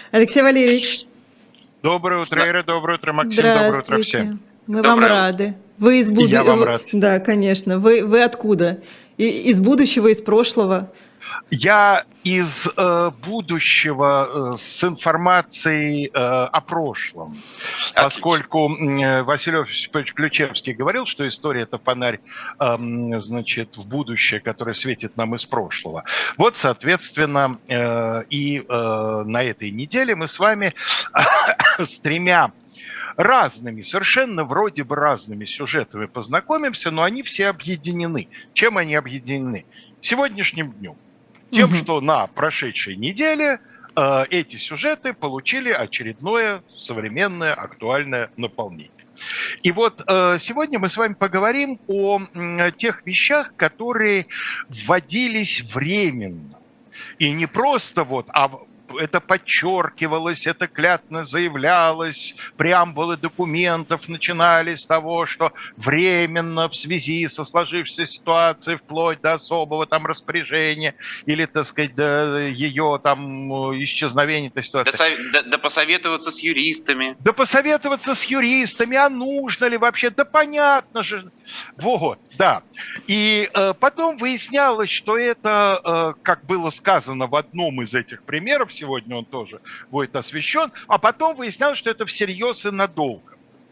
Алексей Валерьевич, Доброе утро, Ира, доброе утро, Максим, доброе утро здравствуйте. всем. Мы вам Доброе утро. рады. Вы из И я вам рад. Да, конечно. Вы откуда? Из будущего, из прошлого? Я из будущего с информацией о прошлом, поскольку Василий Осипович Ключевский говорил, что история – это фонарь, значит, в будущее, который светит нам из прошлого. Вот, соответственно, и на этой неделе мы с вами с тремя разными, совершенно вроде бы разными сюжетами познакомимся, но они все объединены. Чем они объединены? Сегодняшним днем. Тем, что на прошедшей неделе эти сюжеты получили очередное современное актуальное наполнение. И вот сегодня мы с вами поговорим о тех вещах, которые вводились временно. И не просто вот, а это подчеркивалось, это клятно заявлялось, преамбулы документов начинались с того, что временно в связи со сложившейся ситуацией, вплоть до особого там распоряжения или, так сказать, до ее там исчезновения этой ситуации. Да посоветоваться с юристами. Да посоветоваться с юристами, а нужно ли вообще? Да понятно же. Вот, да. И потом выяснялось, что это, как было сказано в одном из этих примеров, сегодня он тоже будет освещен, а потом выяснялось, что это всерьез и надолго.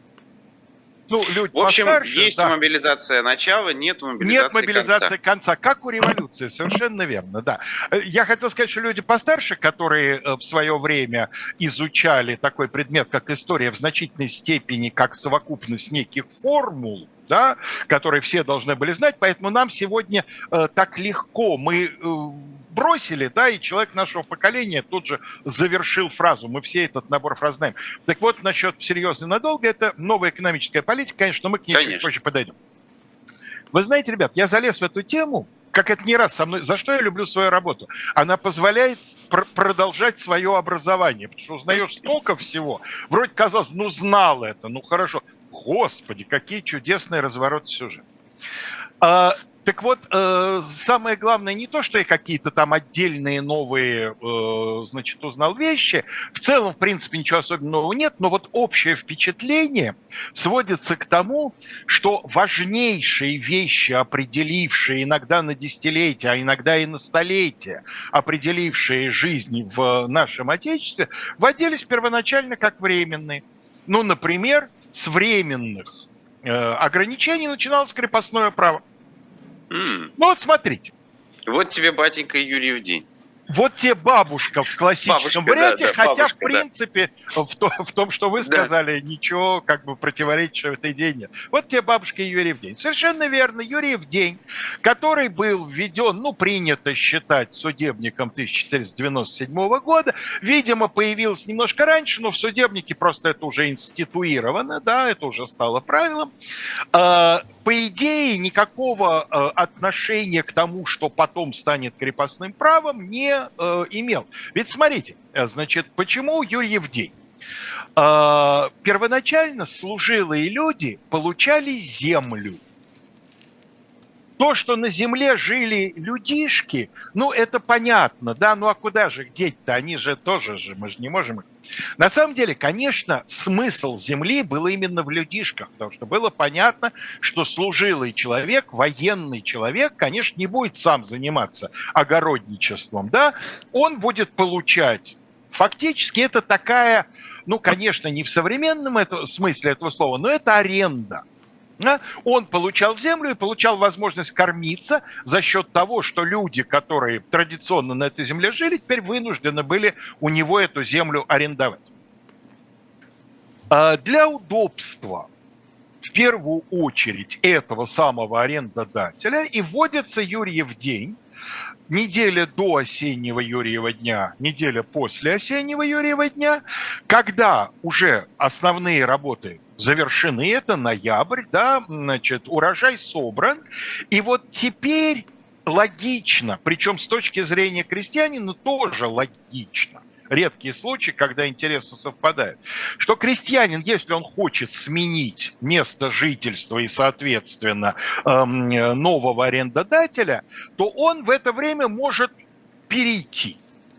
Ну, люди в общем, постарше, есть да. Мобилизация начала, нет мобилизации конца. Как у революции, совершенно верно, да. Я хотел сказать, что люди постарше, которые в свое время изучали такой предмет, как история, в значительной степени как совокупность неких формул, да, которые все должны были знать, поэтому нам сегодня так легко, мы бросили, да, и человек нашего поколения тут же завершил фразу, мы все этот набор фраз знаем. Так вот, насчет серьезно и надолго, это новая экономическая политика, конечно, но мы к ней чуть позже подойдем. Вы знаете, ребят, я залез в эту тему, как это не раз со мной, за что я люблю свою работу. Она позволяет продолжать свое образование, потому что узнаешь столько всего. Вроде казалось, ну знал это, ну хорошо. Господи, какие чудесные развороты сюжета. Так вот, самое главное не то, что я какие-то там отдельные новые, значит, узнал вещи. В целом, в принципе, ничего особенного нет, но вот общее впечатление сводится к тому, что важнейшие вещи, определившие иногда на десятилетия, а иногда и на столетия, определившие жизнь в нашем Отечестве, вводились первоначально как временные. Ну, например, с временных ограничений начиналось крепостное право. Ну вот смотрите. Вот тебе батенька и Юрьев день. Вот тебе бабушка в классическом варианте, хотя бабушка, в принципе в том, что вы сказали, ничего как бы противоречия в этой идее нет. Вот тебе бабушка и Юрьев день. Совершенно верно, Юрьев день, который был введен, ну принято считать судебником 1497 года, видимо появился немножко раньше, но в судебнике просто это уже институировано, да, это уже стало правилом. По идее, никакого отношения к тому, что потом станет крепостным правом, не имел. Ведь смотрите, значит, почему Юрьев день? Первоначально служилые люди получали землю. То, что на земле жили людишки, ну, это понятно, да, ну, а куда же их деть-то? Они же тоже же, мы же не можем их... На самом деле, конечно, смысл земли был именно в людишках, потому что было понятно, что служилый человек, военный человек, конечно, не будет сам заниматься огородничеством, да, он будет получать... Фактически это такая, ну, конечно, не в современном смысле этого слова, но это аренда. Он получал землю и получал возможность кормиться за счет того, что люди, которые традиционно на этой земле жили, теперь вынуждены были у него эту землю арендовать. Для удобства, в первую очередь, этого самого арендодателя и вводится Юрьев день, неделя до осеннего Юрьева дня, неделя после осеннего Юрьева дня, когда уже основные работы завершены, это ноябрь, да, значит, урожай собран, и вот теперь логично, причем с точки зрения крестьянина тоже логично, редкие случаи, когда интересы совпадают, что крестьянин, если он хочет сменить место жительства и, соответственно, нового арендодателя, то он в это время может перейти.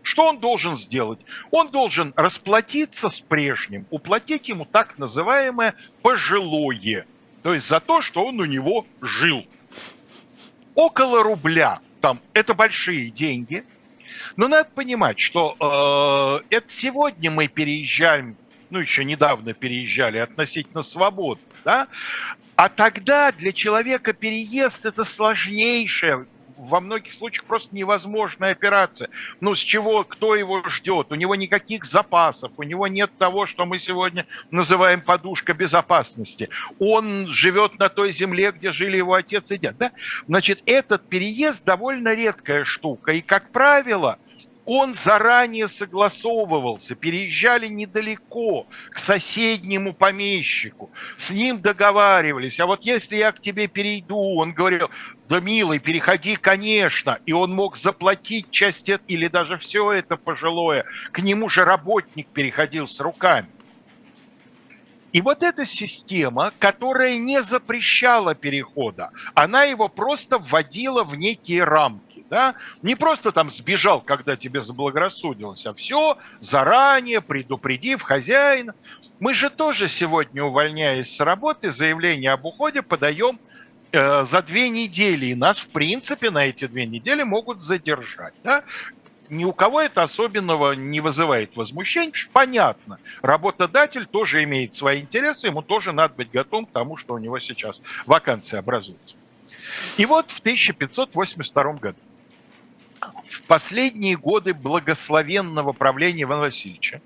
Что он должен сделать? Он должен расплатиться с прежним, уплатить ему так называемое пожилое, то есть за то, что он у него жил. Около рубля, там, это большие деньги, но надо понимать, что это сегодня мы переезжаем, ну еще недавно переезжали относительно свободно, да? А тогда для человека переезд это сложнейшая, во многих случаях просто невозможная операция. Ну, с чего, кто его ждет? У него никаких запасов, у него нет того, что мы сегодня называем подушка безопасности. Он живет на той земле, где жили его отец и дед. Да? Значит, этот переезд довольно редкая штука. И, как правило, он заранее согласовывался, переезжали недалеко, к соседнему помещику, с ним договаривались. А вот если я к тебе перейду, он говорил, да, милый, переходи, конечно. И он мог заплатить часть или даже все это пожилое. К нему же работник переходил с руками. И вот эта система, которая не запрещала перехода, она его просто вводила в некие рамки. Да? Не просто там сбежал, когда тебе заблагорассудилось, а все заранее предупредив хозяина. Мы же тоже сегодня, увольняясь с работы, заявление об уходе подаем за 2 недели. И нас, в принципе, на эти 2 недели могут задержать. Да? Ни у кого это особенного не вызывает возмущения, потому что понятно, работодатель тоже имеет свои интересы, ему тоже надо быть готовым к тому, что у него сейчас вакансия образуется. И вот в 1582 году, в последние годы благословенного правления Ивана Васильевича,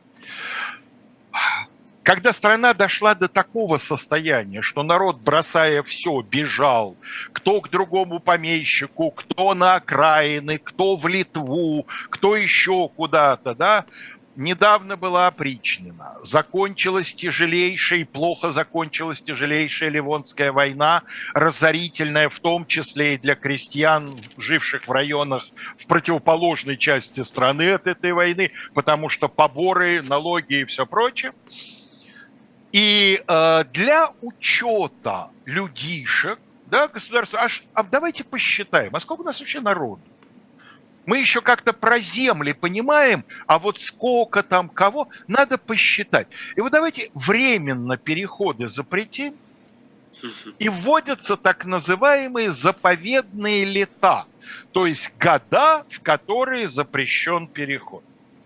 когда страна дошла до такого состояния, что народ, бросая все, бежал, кто к другому помещику, кто на окраины, кто в Литву, кто еще куда-то, да, недавно была опричнина. Закончилась тяжелейшая и плохо закончилась тяжелейшая Ливонская война, разорительная в том числе и для крестьян, живших в районах в противоположной части страны от этой войны, потому что поборы, налоги и все прочее. И для учета людишек, да, государства, давайте посчитаем, а сколько у нас вообще народу? Мы еще как-то про земли понимаем, а вот сколько там кого, надо посчитать. И вот давайте временно переходы запретим, и вводятся так называемые заповедные лета, то есть года, в которые запрещен переход.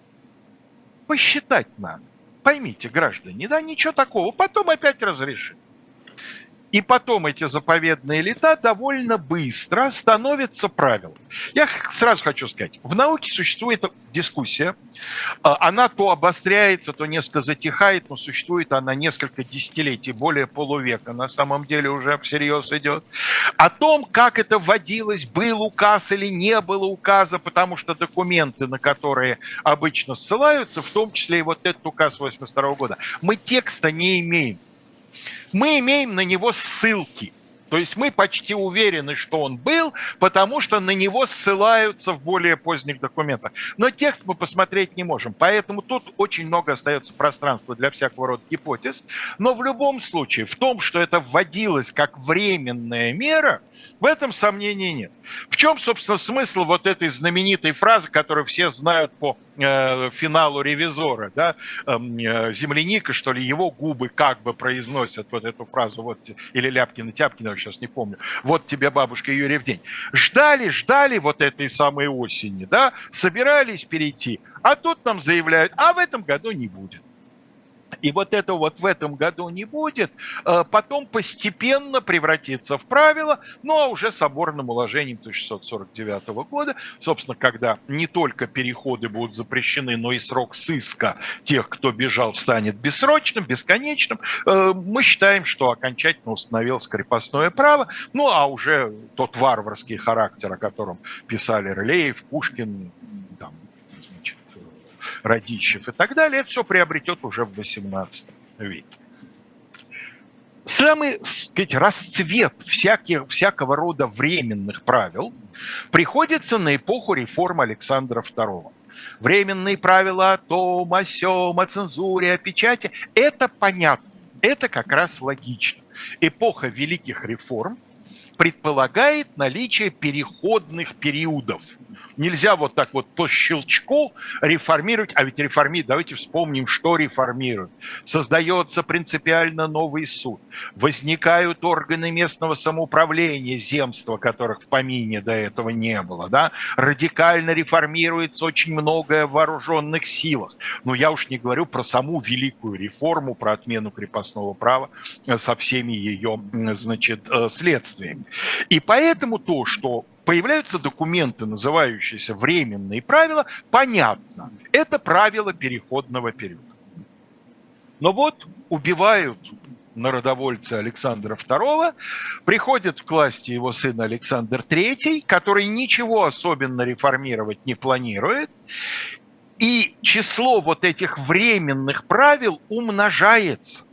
Посчитать надо. Поймите, граждане, да, ничего такого, потом опять разрешим. И потом эти заповедные лета довольно быстро становятся правилом. Я сразу хочу сказать, в науке существует дискуссия, она то обостряется, то несколько затихает, но существует она несколько десятилетий, более полувека, на самом деле уже всерьез идет, о том, как это вводилось, был указ или не было указа, потому что документы, на которые обычно ссылаются, в том числе и вот этот указ 1982 года, мы текста не имеем. Мы имеем на него ссылки. То есть мы почти уверены, что он был, потому что на него ссылаются в более поздних документах. Но текст мы посмотреть не можем. Поэтому тут очень много остается пространства для всякого рода гипотез. Но в любом случае, в том, что это вводилось как временная мера, в этом сомнений нет. В чем, собственно, смысл вот этой знаменитой фразы, которую все знают по финалу «Ревизора», да? Земляника, что ли, его губы как бы произносят вот эту фразу, вот, или Ляпкина-Тяпкина, я сейчас не помню, вот тебе, бабушка Юрьев день. Ждали вот этой самой осени, да, собирались перейти, а тут нам заявляют, а в этом году не будет. И вот это вот в этом году не будет, потом постепенно превратится в правило, ну а уже соборным уложением 1649 года, собственно, когда не только переходы будут запрещены, но и срок сыска тех, кто бежал, станет бессрочным, бесконечным, мы считаем, что окончательно установилось крепостное право, ну а уже тот варварский характер, о котором писали Рылеев, Пушкин, там, значит, Радищев и так далее, это все приобретет уже в XVIII веке. Самый, так сказать, расцвет всякого рода временных правил приходится на эпоху реформ Александра II. Временные правила о том, о сём, о цензуре, о печати – это понятно, это как раз логично. Эпоха великих реформ, предполагает наличие переходных периодов. Нельзя вот так вот по щелчку реформировать. А ведь давайте вспомним, что реформируют. Создается принципиально новый суд. Возникают органы местного самоуправления, земства, которых в помине до этого не было. Да? Радикально реформируется очень многое в вооруженных силах. Но я уж не говорю про саму великую реформу, про отмену крепостного права со всеми ее, значит, следствиями. И поэтому то, что появляются документы, называющиеся временные правила, понятно, это правила переходного периода. Но вот убивают народовольца Александра II, приходит к власти его сын Александр III, который ничего особенно реформировать не планирует, и число вот этих временных правил умножается.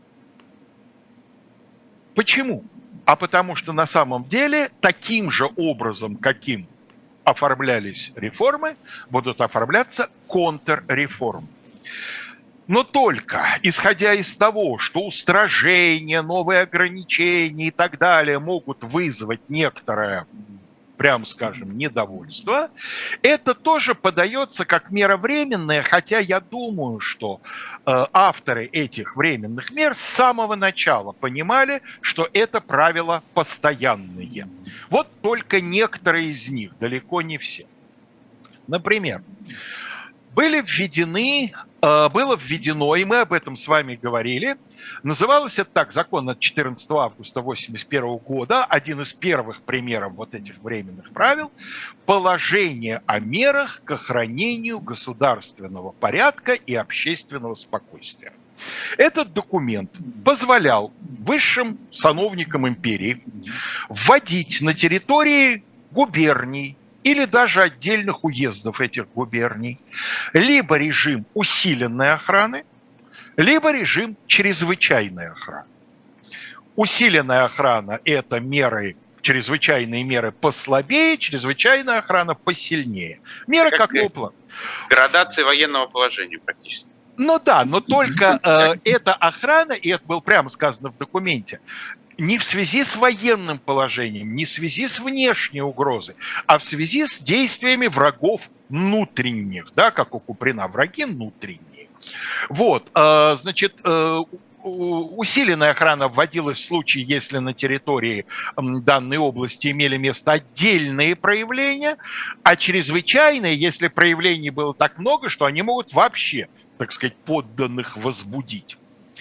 Почему? А потому что на самом деле таким же образом, каким оформлялись реформы, будут оформляться контрреформы. Но только исходя из того, что устражения, новые ограничения и так далее могут вызвать некоторое, прямо скажем, недовольство, это тоже подается как мера временная, хотя я думаю, что авторы этих временных мер с самого начала понимали, что это правила постоянные. Вот только некоторые из них, далеко не все. Например, было введено, и мы об этом с вами говорили, называлось это так, закон от 14 августа 1981 года, один из первых примеров вот этих временных правил, положение о мерах к охранению государственного порядка и общественного спокойствия. Этот документ позволял высшим сановникам империи вводить на территории губерний или даже отдельных уездов этих губерний либо режим усиленной охраны, либо режим чрезвычайной охраны. Усиленная охрана – это меры, чрезвычайные меры послабее, чрезвычайная охрана посильнее. Меры какого плана? Градации военного положения практически. Ну да, но только эта охрана, и это было прямо сказано в документе, не в связи с военным положением, не в связи с внешней угрозой, а в связи с действиями врагов внутренних, да, как у Куприна, враги внутренние. Вот, значит, усиленная охрана вводилась в случае, если на территории данной области имели место отдельные проявления, а чрезвычайные, если проявлений было так много, что они могут вообще, так сказать, подданных возбудить.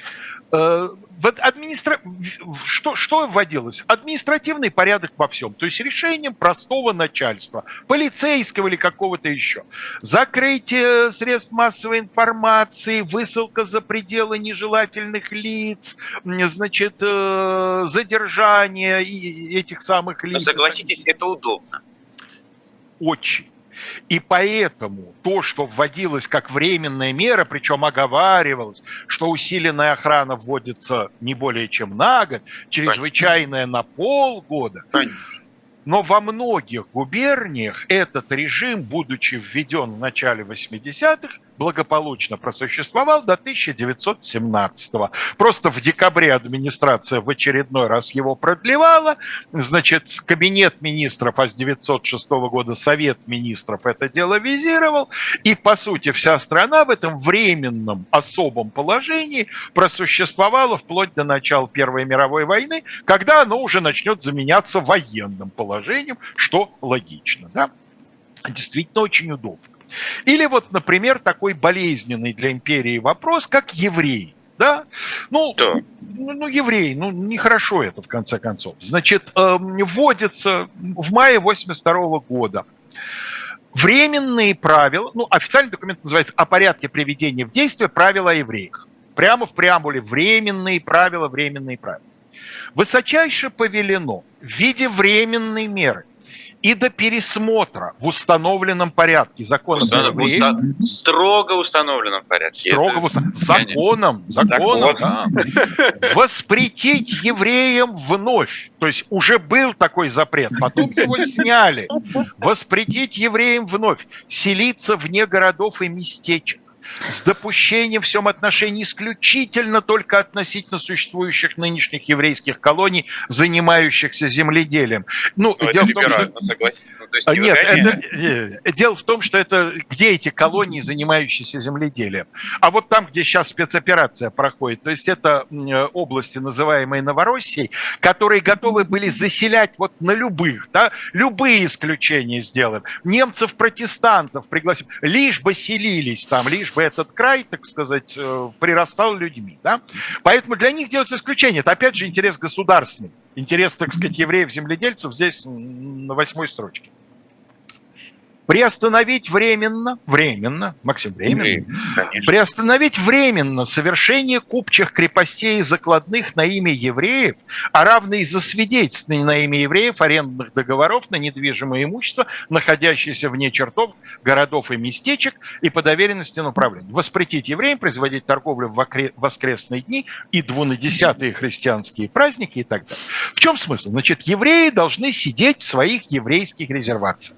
Что вводилось? Административный порядок во всем. То есть решением простого начальства, полицейского или какого-то еще. Закрытие средств массовой информации, высылка за пределы нежелательных лиц, значит, задержание этих самых лиц. Но согласитесь, это удобно. Очень. И поэтому то, что вводилось как временная мера, причем оговаривалось, что усиленная охрана вводится не более чем на год, чрезвычайная на полгода, но во многих губерниях этот режим, будучи введен в начале 80-х, благополучно просуществовал до 1917-го. Просто в декабре администрация в очередной раз его продлевала. Значит, кабинет министров, а с 1906 года Совет министров это дело визировал. И, по сути, вся страна в этом временном особом положении просуществовала вплоть до начала Первой мировой войны, когда оно уже начнет заменяться военным положением, что логично. Да? Действительно очень удобно. Или вот, например, такой болезненный для империи вопрос, как евреи. Да? Ну, евреи, нехорошо это в конце концов. Значит, вводится в мае 1982 года временные правила, официальный документ называется «О порядке приведения в действие правила о евреях». Прямо в преамбуле временные правила, временные правила. Высочайше повелено в виде временной меры и до пересмотра в установленном порядке закона. Строго установленном порядке. Законом. Да. Воспретить евреям вновь. То есть уже был такой запрет, потом его сняли. Воспретить евреям вновь селиться вне городов и местечек, с допущением в всем отношении исключительно только относительно существующих нынешних еврейских колоний, занимающихся земледелием. Ну, дело в том, что... дело в том, что это где эти колонии, занимающиеся земледелием? А вот там, где сейчас спецоперация проходит, то есть это области, называемые Новороссией, которые готовы были заселять вот на любых, да, любые исключения сделаем. Немцев-протестантов пригласим, лишь бы селились там, лишь бы этот край, так сказать, прирастал людьми. Да? Поэтому для них делается исключение. Это опять же интерес государственный. Интерес, так сказать, евреев-земледельцев здесь на 8 строчке. Приостановить временно, Максим, приостановить временно совершение купчих крепостей и закладных на имя евреев, а равно и засвидетельствование на имя евреев арендных договоров на недвижимое имущество, находящееся вне чертов городов и местечек, и по доверенности на управление. Воспретить евреям производить торговлю в воскресные дни и двунадесятые христианские праздники и так далее. В чем смысл? Значит, евреи должны сидеть в своих еврейских резервациях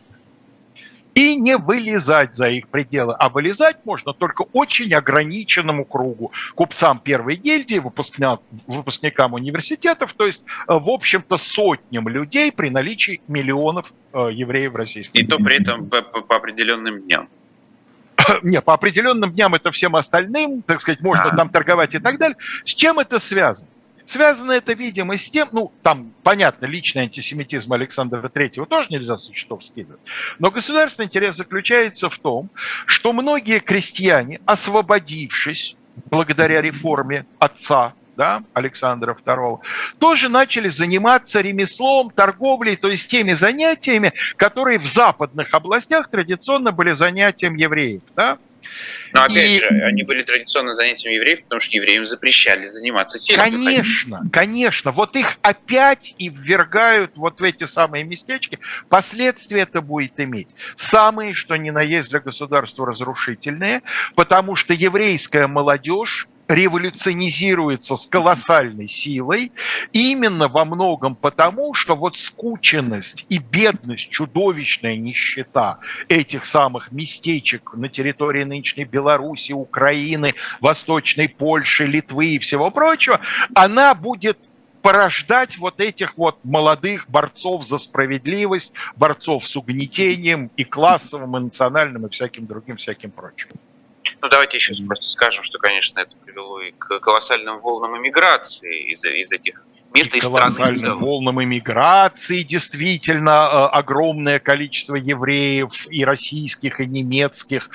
и не вылезать за их пределы. А вылезать можно только очень ограниченному кругу. Купцам первой гильдии, выпускникам университетов, то есть, в общем-то, сотням людей при наличии миллионов евреев в Российской Империи. И то при этом по определенным дням. Не, по определенным дням это всем остальным, так сказать, можно там торговать и так далее. С чем это связано? Связано это, видимо, с тем, ну, там, понятно, личный антисемитизм Александра III тоже нельзя со счетов скидывать, но государственный интерес заключается в том, что многие крестьяне, освободившись благодаря реформе отца, да, Александра II, тоже начали заниматься ремеслом, торговлей, то есть теми занятиями, которые в западных областях традиционно были занятием евреев, да. Но опять же, они были традиционно занятием евреев, потому что евреям запрещали заниматься сельским. Конечно. Вот их опять и ввергают вот в эти самые местечки. Последствия это будет иметь самые, что ни на есть для государства, разрушительные, потому что еврейская молодежь революционизируется с колоссальной силой именно во многом потому, что вот скученность и бедность, чудовищная нищета этих самых местечек на территории нынешней Беларуси, Украины, Восточной Польши, Литвы и всего прочего, она будет порождать вот этих вот молодых борцов за справедливость, борцов с угнетением и классовым, и национальным, и всяким другим, всяким прочим. Ну, давайте еще просто скажем, что, конечно, это привело и к колоссальным волнам эмиграции из этих мест и стран. Колоссальным волнам эмиграции, действительно, огромное количество евреев и российских, и немецких,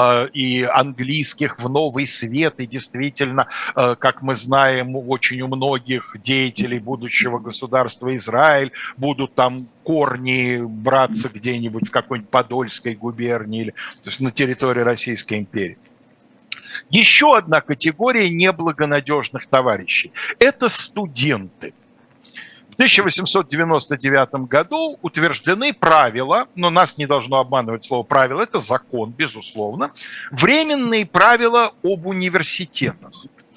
и английских в Новый Свет, и действительно, как мы знаем, очень у многих деятелей будущего государства Израиль будут там корни браться где-нибудь в какой-нибудь Подольской губернии или то есть на территории Российской империи. Еще одна категория неблагонадежных товарищей – это студенты. В 1899 году утверждены правила, но нас не должно обманывать слово «правило», это закон, безусловно, временные правила об университетах.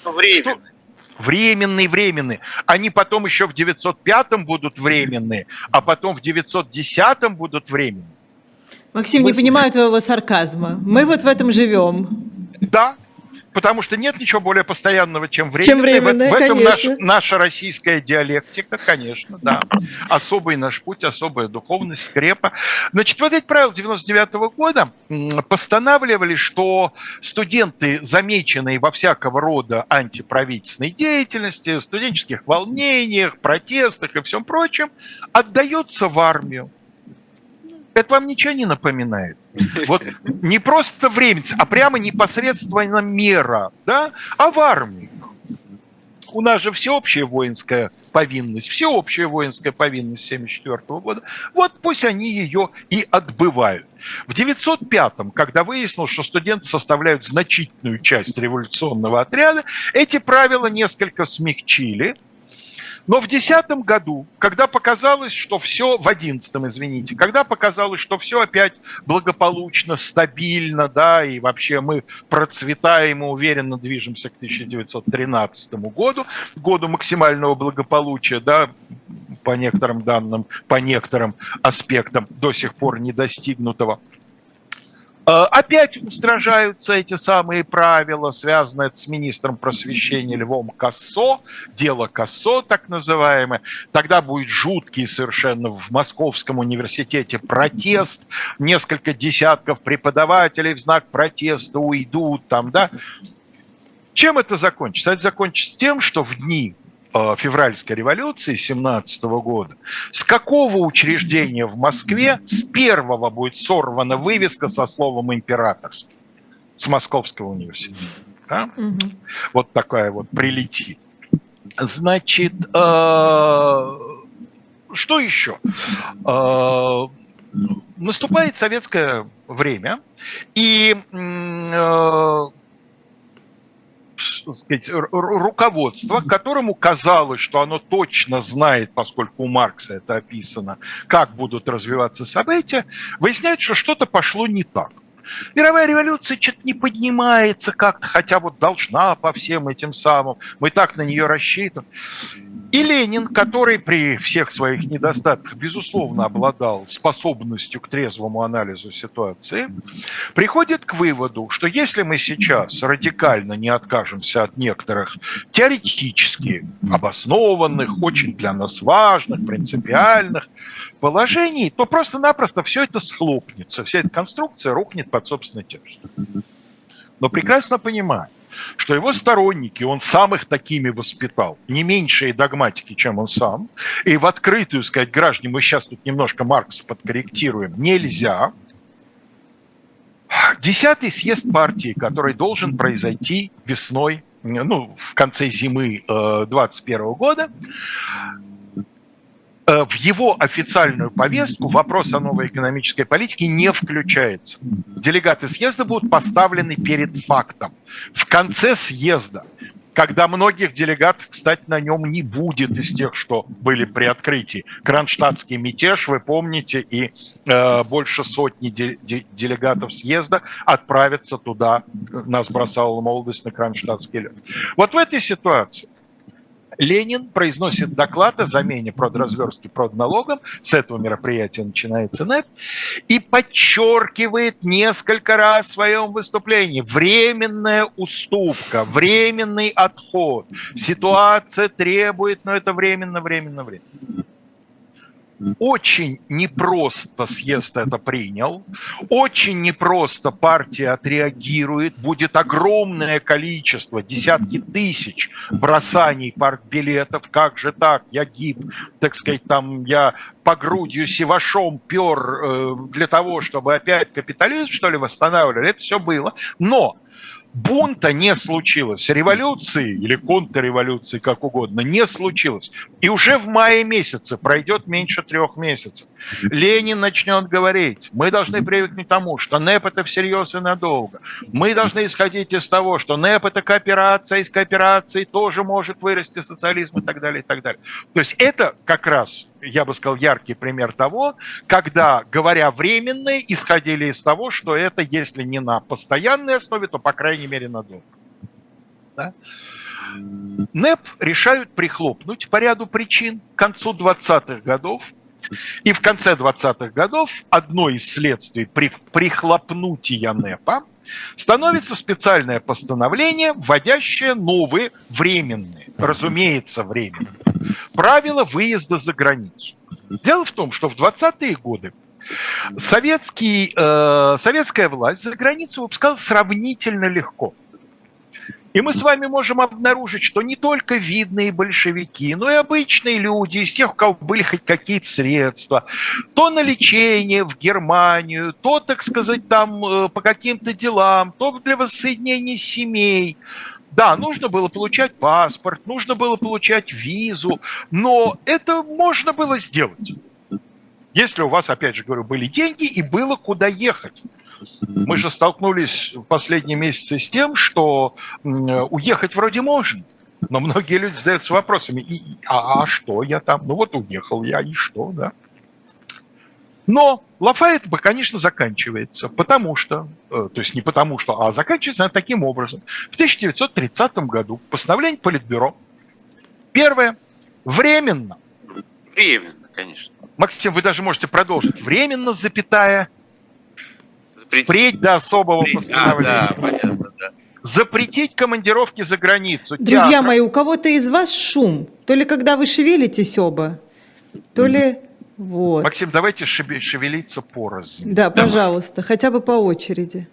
Временные. Они потом еще в 905-м будут временные, а потом в 910-м будут временные. Максим, не понимаю твоего сарказма. Мы вот в этом живем. Да, потому что нет ничего более постоянного, чем временное. В этом наша российская диалектика, конечно, да. Особый наш путь, особая духовность, скрепа. Значит, вот эти правила 99-го года постанавливали, что студенты, замеченные во всякого рода антиправительственной деятельности, студенческих волнениях, протестах и всем прочем, отдаются в армию. Это вам ничего не напоминает? Вот не просто временность, а прямо непосредственно мера, да? А в армии. У нас же всеобщая воинская повинность 1974 года. Вот пусть они ее и отбывают. В 905-м, когда выяснилось, что студенты составляют значительную часть революционного отряда, эти правила несколько смягчили. Но в 2010 году, когда показалось, что все, в 2011, извините, когда показалось, что все опять благополучно, стабильно, да, и вообще мы процветаем и уверенно движемся к 1913 году, году максимального благополучия, да, по некоторым данным, по некоторым аспектам до сих пор не достигнутого, Опять устражаются эти самые правила, связанные с министром просвещения Львом Кассо, дело Кассо так называемое. Тогда будет жуткий совершенно в Московском университете протест, несколько десятков преподавателей в знак протеста уйдут там, да. Чем это закончится? Это закончится тем, что в дни февральской революции 17 года с какого учреждения в Москве с первого будет сорвана вывеска со словом «императорский» с Московского университета. Да? Вот такая вот прилетит. Значит, что еще? Наступает советское время, и сказать, руководство, которому казалось, что оно точно знает, поскольку у Маркса это описано, как будут развиваться события, выясняет, что что-то пошло не так. Мировая революция что-то не поднимается как-то, хотя вот должна по всем этим самым, мы так на нее рассчитываем. И Ленин, который при всех своих недостатках, безусловно, обладал способностью к трезвому анализу ситуации, приходит к выводу, что если мы сейчас радикально не откажемся от некоторых теоретически обоснованных, очень для нас важных, принципиальных положений, то просто-напросто все это схлопнется, вся эта конструкция рухнет под собственной тяжестью. Но прекрасно понимаю, что его сторонники, он сам их такими воспитал, не меньшие догматики, чем он сам, и в открытую сказать, граждане, мы сейчас тут немножко Маркса подкорректируем, нельзя. 10-й съезд партии, который должен произойти весной, ну, в конце зимы 2021 года, в его официальную повестку вопрос о новой экономической политике не включается. Делегаты съезда будут поставлены перед фактом. В конце съезда, когда многих делегатов, кстати, на нем не будет из тех, что были при открытии. Кронштадтский мятеж, вы помните, и больше сотни делегатов съезда отправятся туда. Нас бросала молодость на Кронштадтский лед. Вот в этой ситуации Ленин произносит доклад о замене продразверстки продналогом, с этого мероприятия начинается НЭП, и подчеркивает несколько раз в своем выступлении: временная уступка, временный отход, ситуация требует, но это временно. Очень непросто съезд это принял, очень непросто партия отреагирует, будет огромное количество, десятки тысяч бросаний партбилетов, как же так, я гиб, так сказать, там я по грудью сивашом пер для того, чтобы опять капитализм, что ли, восстанавливали, это все было, но бунта не случилось, революции или контрреволюции, как угодно, не случилось. И уже в мае месяце, пройдет меньше 3 месяцев, Ленин начнет говорить: мы должны привыкнуть к тому, что НЭП это всерьез и надолго. Мы должны исходить из того, что НЭП это кооперация, из кооперации тоже может вырасти социализм и так далее, и так далее. То есть это как раз, я бы сказал, яркий пример того, когда, говоря временное, исходили из того, что это, если не на постоянной основе, то, по крайней мере, надолго. Да? НЭП решают прихлопнуть по ряду причин к концу 20-х годов. И в конце 20-х годов одно из следствий прихлопнутия НЭПа становится специальное постановление, вводящее новые временные, разумеется, временные правила выезда за границу. Дело в том, что в 20-е годы советская власть за границу выпускала сравнительно легко. И мы с вами можем обнаружить, что не только видные большевики, но и обычные люди, из тех, у кого были хоть какие-то средства, то на лечение в Германию, то, так сказать, там по каким-то делам, то для воссоединения семей. Да, нужно было получать паспорт, нужно было получать визу, но это можно было сделать. Если у вас, опять же говорю, были деньги и было куда ехать. Мы же столкнулись в последние месяцы с тем, что уехать вроде можно, но многие люди задаются вопросами: а что я там? Ну вот уехал я, и что, да? Но лафа это, конечно, заканчивается, потому что, то есть не потому что, а заканчивается она таким образом. В 1930 году постановление Политбюро. Первое. Временно. Временно, конечно. Максим, вы даже можете продолжить. Временно, запятая. Впредь до особого постановления. Да, понятно, да. Запретить командировки за границу. Друзья театров. мои, у кого-то из вас шум. То ли когда вы шевелитесь оба, то ли... Вот. Максим, давайте шевелиться порознь. Да, пожалуйста, хотя бы по очереди.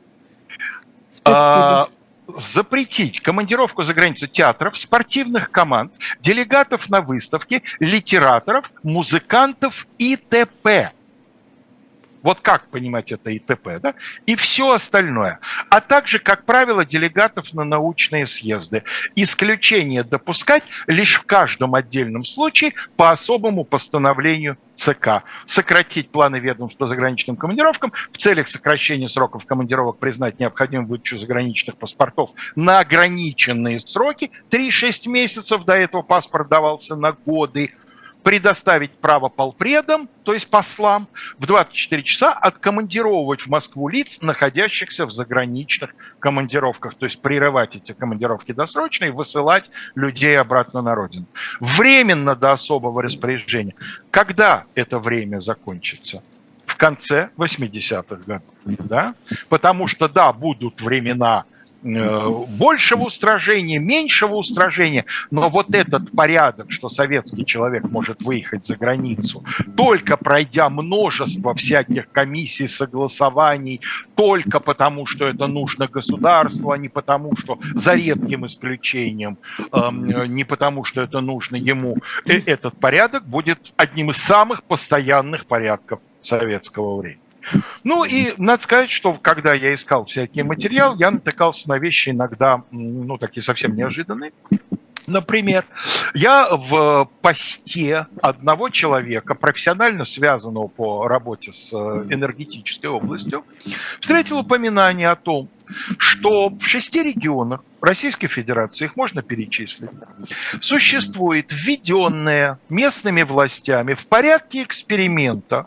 Спасибо. Запретить командировку за границу театров, спортивных команд, делегатов на выставки, литераторов, музыкантов и т.п. Вот как понимать это и т.п., да? И все остальное. А также, как правило, делегатов на научные съезды. Исключение допускать лишь в каждом отдельном случае по особому постановлению ЦК. Сократить планы ведомств по заграничным командировкам в целях сокращения сроков командировок признать необходимым выдачу заграничных паспортов на ограниченные сроки, 3-6 месяцев, до этого паспорт давался на годы, предоставить право полпредам, то есть послам, в 24 часа откомандировывать в Москву лиц, находящихся в заграничных командировках, то есть прерывать эти командировки досрочно и высылать людей обратно на родину. Временно до особого распоряжения. Когда это время закончится? В конце 80-х годов. Да? Потому что, да, будут времена большего устражения, меньшего устражения, но вот этот порядок, что советский человек может выехать за границу, только пройдя множество всяких комиссий, согласований, только потому, что это нужно государству, а не потому, что за редким исключением, не потому, что это нужно ему, этот порядок будет одним из самых постоянных порядков советского времени. Ну и надо сказать, что когда я искал всякий материал, я натыкался на вещи иногда, ну, такие совсем неожиданные. Например, я в посте одного человека, профессионально связанного по работе с энергетической областью, встретил упоминание о том, что в 6 регионах Российской Федерации, их можно перечислить, существует введенная местными властями в порядке эксперимента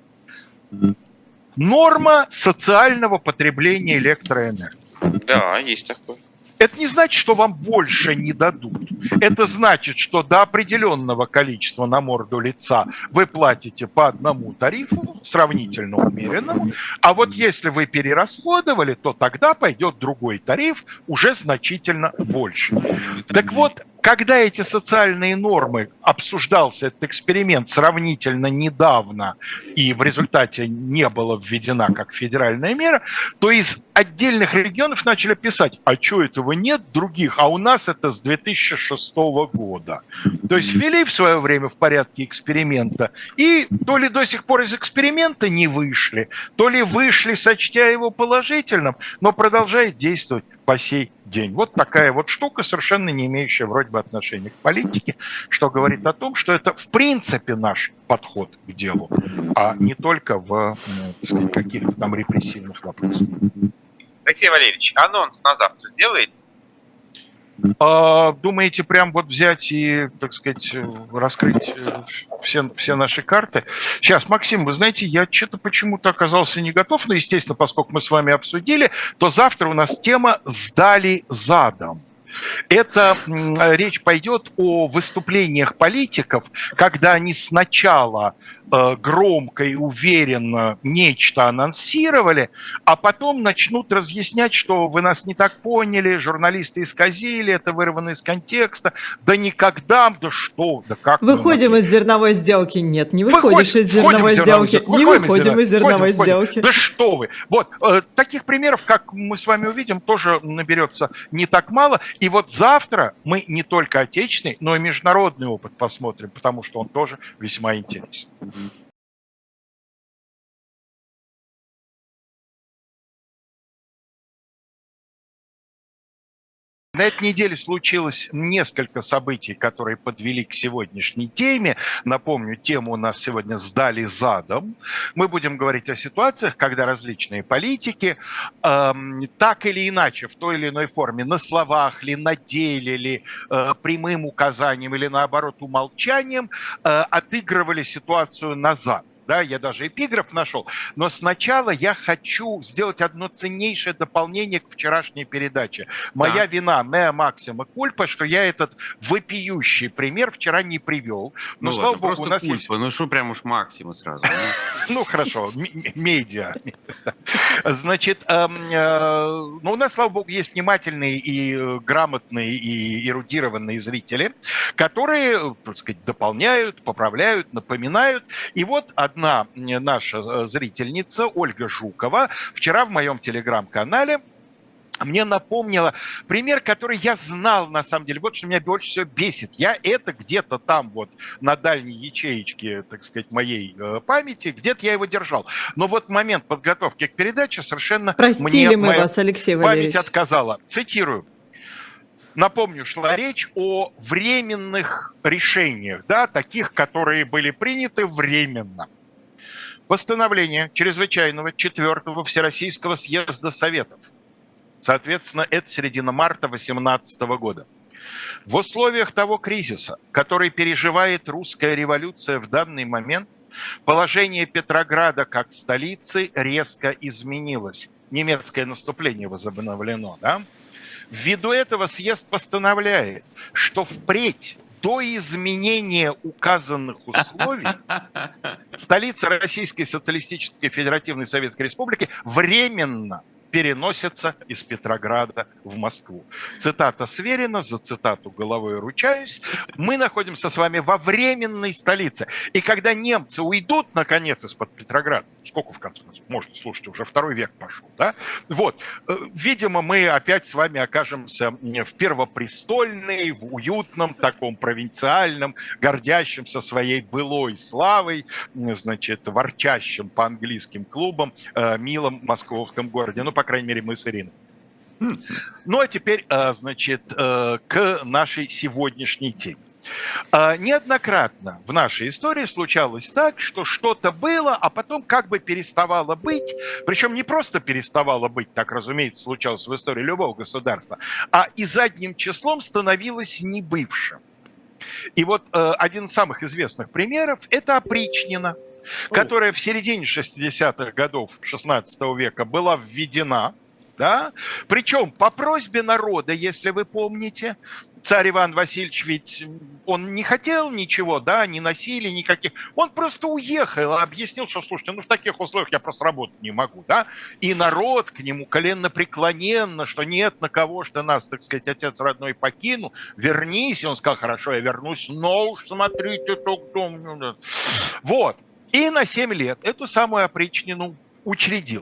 норма социального потребления электроэнергии. Да, есть такое. Это не значит, что вам больше не дадут. Это значит, что до определенного количества на морду лица вы платите по одному тарифу, сравнительно умеренному, а вот если вы перерасходовали, то тогда пойдет другой тариф, уже значительно больше. Так вот, когда эти социальные нормы, обсуждался этот эксперимент сравнительно недавно и в результате не была введена как федеральная мера, то из отдельных регионов начали писать, а что этого нет других, а у нас это с 2006 года. То есть ввели в свое время в порядке эксперимента, и то ли до сих пор из эксперимента не вышли, то ли вышли, сочтя его положительным, но продолжает действовать по сей день. Вот такая вот штука, совершенно не имеющая вроде бы отношения к политике, что говорит о том, что это в принципе наш подход к делу, а не только в, так сказать, каких-то там репрессивных вопросах. Алексей Валерьевич, анонс на завтра сделаете? Думаете, прям вот взять и, так сказать, раскрыть все наши карты? Сейчас, Максим, вы знаете, я что-то почему-то оказался не готов, но, естественно, поскольку мы с вами обсудили, то завтра у нас тема «Сдали задом». Это речь пойдет о выступлениях политиков, когда они сначала громко и уверенно нечто анонсировали, а потом начнут разъяснять, что вы нас не так поняли, журналисты исказили, это вырвано из контекста, да никогда, да что, да как. Выходим из зерновой сделки. Нет, не выходишь из зерновой сделки. Не выходим из зерновой сделки. Да что вы. Вот, таких примеров, как мы с вами увидим, тоже наберется не так мало. И вот завтра мы не только отечественный, но и международный опыт посмотрим, потому что он тоже весьма интересен. На этой неделе случилось несколько событий, которые подвели к сегодняшней теме. Напомню, тему у нас сегодня «Сдали задом». Мы будем говорить о ситуациях, когда различные политики так или иначе, в той или иной форме, на словах ли, на деле ли, прямым указанием или, наоборот, умолчанием, отыгрывали ситуацию назад. да, я даже эпиграф нашел, но сначала я хочу сделать одно ценнейшее дополнение к вчерашней передаче. Моя вина, mea maxima culpa, что я этот вопиющий пример вчера не привел. Но, слава богу, просто у нас кульпа, есть... ну что прям уж максима сразу. Ну, хорошо, медиа. Значит, ну, у нас, слава богу, есть внимательные и грамотные, и эрудированные зрители, которые, так сказать, дополняют, поправляют, напоминают. И вот одна наша зрительница, Ольга Жукова, вчера в моем телеграм-канале мне напомнила пример, который я знал, на самом деле. Вот что меня больше всего бесит. Я это где-то там вот на дальней ячеечке, так сказать, моей памяти, где-то я его держал. Но вот момент подготовки к передаче совершенно Простили мы вас, Алексей Валерьевич. память отказала. Цитирую. Напомню, шла речь о временных решениях, да, таких, которые были приняты временно. Постановление чрезвычайного 4-го Всероссийского съезда Советов. Соответственно, это середина марта 2018 года. В условиях того кризиса, который переживает русская революция в данный момент, положение Петрограда как столицы резко изменилось. Немецкое наступление возобновлено, да? Ввиду этого съезд постановляет, что впредь до изменения указанных условий столица Российской Социалистической Федеративной Советской Республики временно переносится из Петрограда в Москву. Цитата сверена, за цитату головой ручаюсь. Мы находимся с вами во временной столице. И когда немцы уйдут, наконец, из-под Петрограда, сколько, в конце концов, можно, слушайте, уже 2 век пошел, да? Вот, видимо, мы опять с вами окажемся в Первопрестольной, в уютном, таком провинциальном, гордящемся своей былой славой, значит, ворчащим по английским клубам, милом московском городе. Ну, по крайней мере, мы с Ириной. Ну, а теперь, значит, к нашей сегодняшней теме. Неоднократно в нашей истории случалось так, что что-то было, а потом как бы переставало быть. Причем не просто переставало быть, так, разумеется, случалось в истории любого государства, а и задним числом становилось небывшим. И вот один из самых известных примеров – это опричнина, которая в середине 60-х годов 16 века была введена, да? Причем по просьбе народа, если вы помните. Царь Иван Васильевич ведь он не хотел ничего, да, не насилия никаких. Он просто уехал, объяснил, что, слушайте, ну в таких условиях я просто работать не могу, да. И народ к нему коленно-преклоненно, что нет на кого, что нас, так сказать, отец родной покинул, вернись. И он сказал, хорошо, я вернусь, но уж смотрите, кто. Вот. И на 7 лет эту самую опричнину учредил.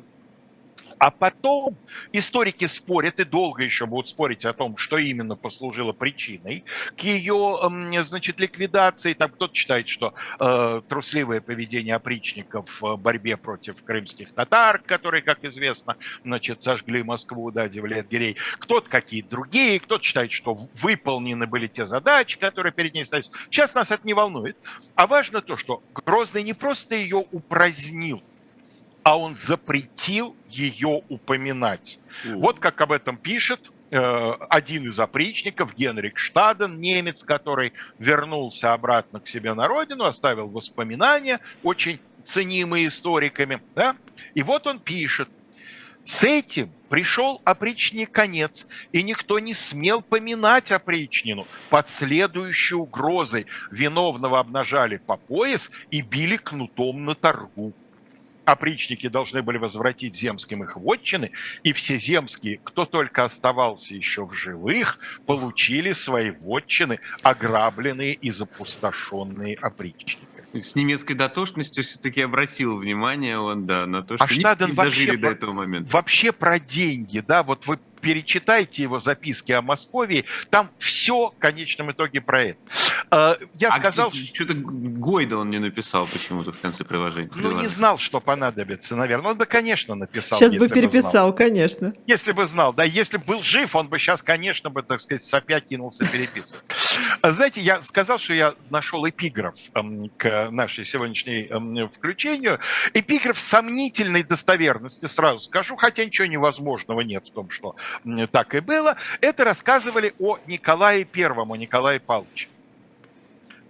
А потом историки спорят, и долго еще будут спорить о том, что именно послужило причиной к ее, значит, ликвидации. Там кто-то считает, что трусливое поведение опричников в борьбе против крымских татар, которые, как известно, значит, сожгли Москву, да, Девлет-Гирей. Кто-то какие-то другие, кто-то считает, что выполнены были те задачи, которые перед ней ставились. Сейчас нас это не волнует. А важно то, что Грозный не просто ее упразднил, а он запретил ее упоминать. Вот как об этом пишет один из опричников, Генрих Штаден, немец, который вернулся обратно к себе на родину, оставил воспоминания, очень ценимые историками. Да? И вот он пишет: «С этим пришел опричнине конец, и никто не смел поминать опричнину. Под следующей угрозой виновного обнажали по пояс и били кнутом на торгу. Опричники должны были возвратить земским их вотчины, и все земские, кто только оставался еще в живых, получили свои вотчины, ограбленные и запустошенные опричниками». С немецкой дотошностью все-таки обратил внимание он, да, на то, что Штаден не дожили до этого момента. Вообще про деньги, да, вот вы перечитайте его записки о Московии, там все в конечном итоге про это. Я сказал, что-то Гойда он не написал почему-то в конце приложения. Ну, не знал, что понадобится, наверное. Он бы, конечно, написал. Сейчас бы переписал, конечно. Если бы знал, да, если бы был жив, он бы сейчас, конечно, бы, так сказать, сопя кинулся переписывать. Знаете, я сказал, что я нашел эпиграф к нашей сегодняшней включению. Эпиграф сомнительной достоверности, сразу скажу, хотя ничего невозможного нет в том, что так и было. Это рассказывали о Николае Первом, о Николае Павловиче.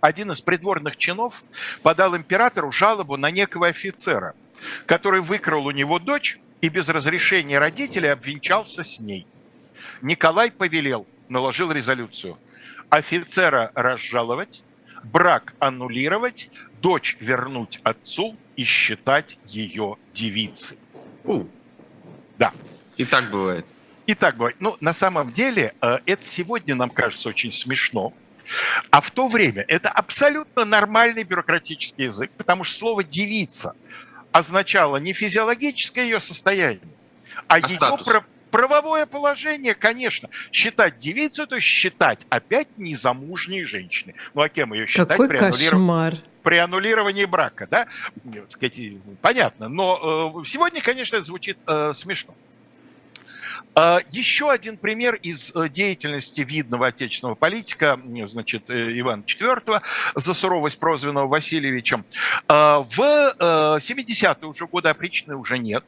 один из придворных чинов подал императору жалобу на некого офицера, который выкрал у него дочь и без разрешения родителей обвенчался с ней. Николай повелел, наложил резолюцию: офицера разжаловать, брак аннулировать, дочь вернуть отцу и считать ее девицей. Да. И так бывает. И так бывает. Ну, на самом деле, это сегодня нам кажется очень смешно, а в то время это абсолютно нормальный бюрократический язык, потому что слово «девица» означало не физиологическое ее состояние, а ее правовое положение, конечно. Считать девицу, то есть считать опять незамужней женщиной. Ну, а кем ее считать? Какой кошмар. При аннулировании брака, да? Сказать, понятно. Но сегодня, конечно, это звучит смешно. Еще один пример из деятельности видного отечественного политика, значит, Ивана IV, за суровость прозванного Васильевичем. В 70-е уже годы, опричнины уже нет,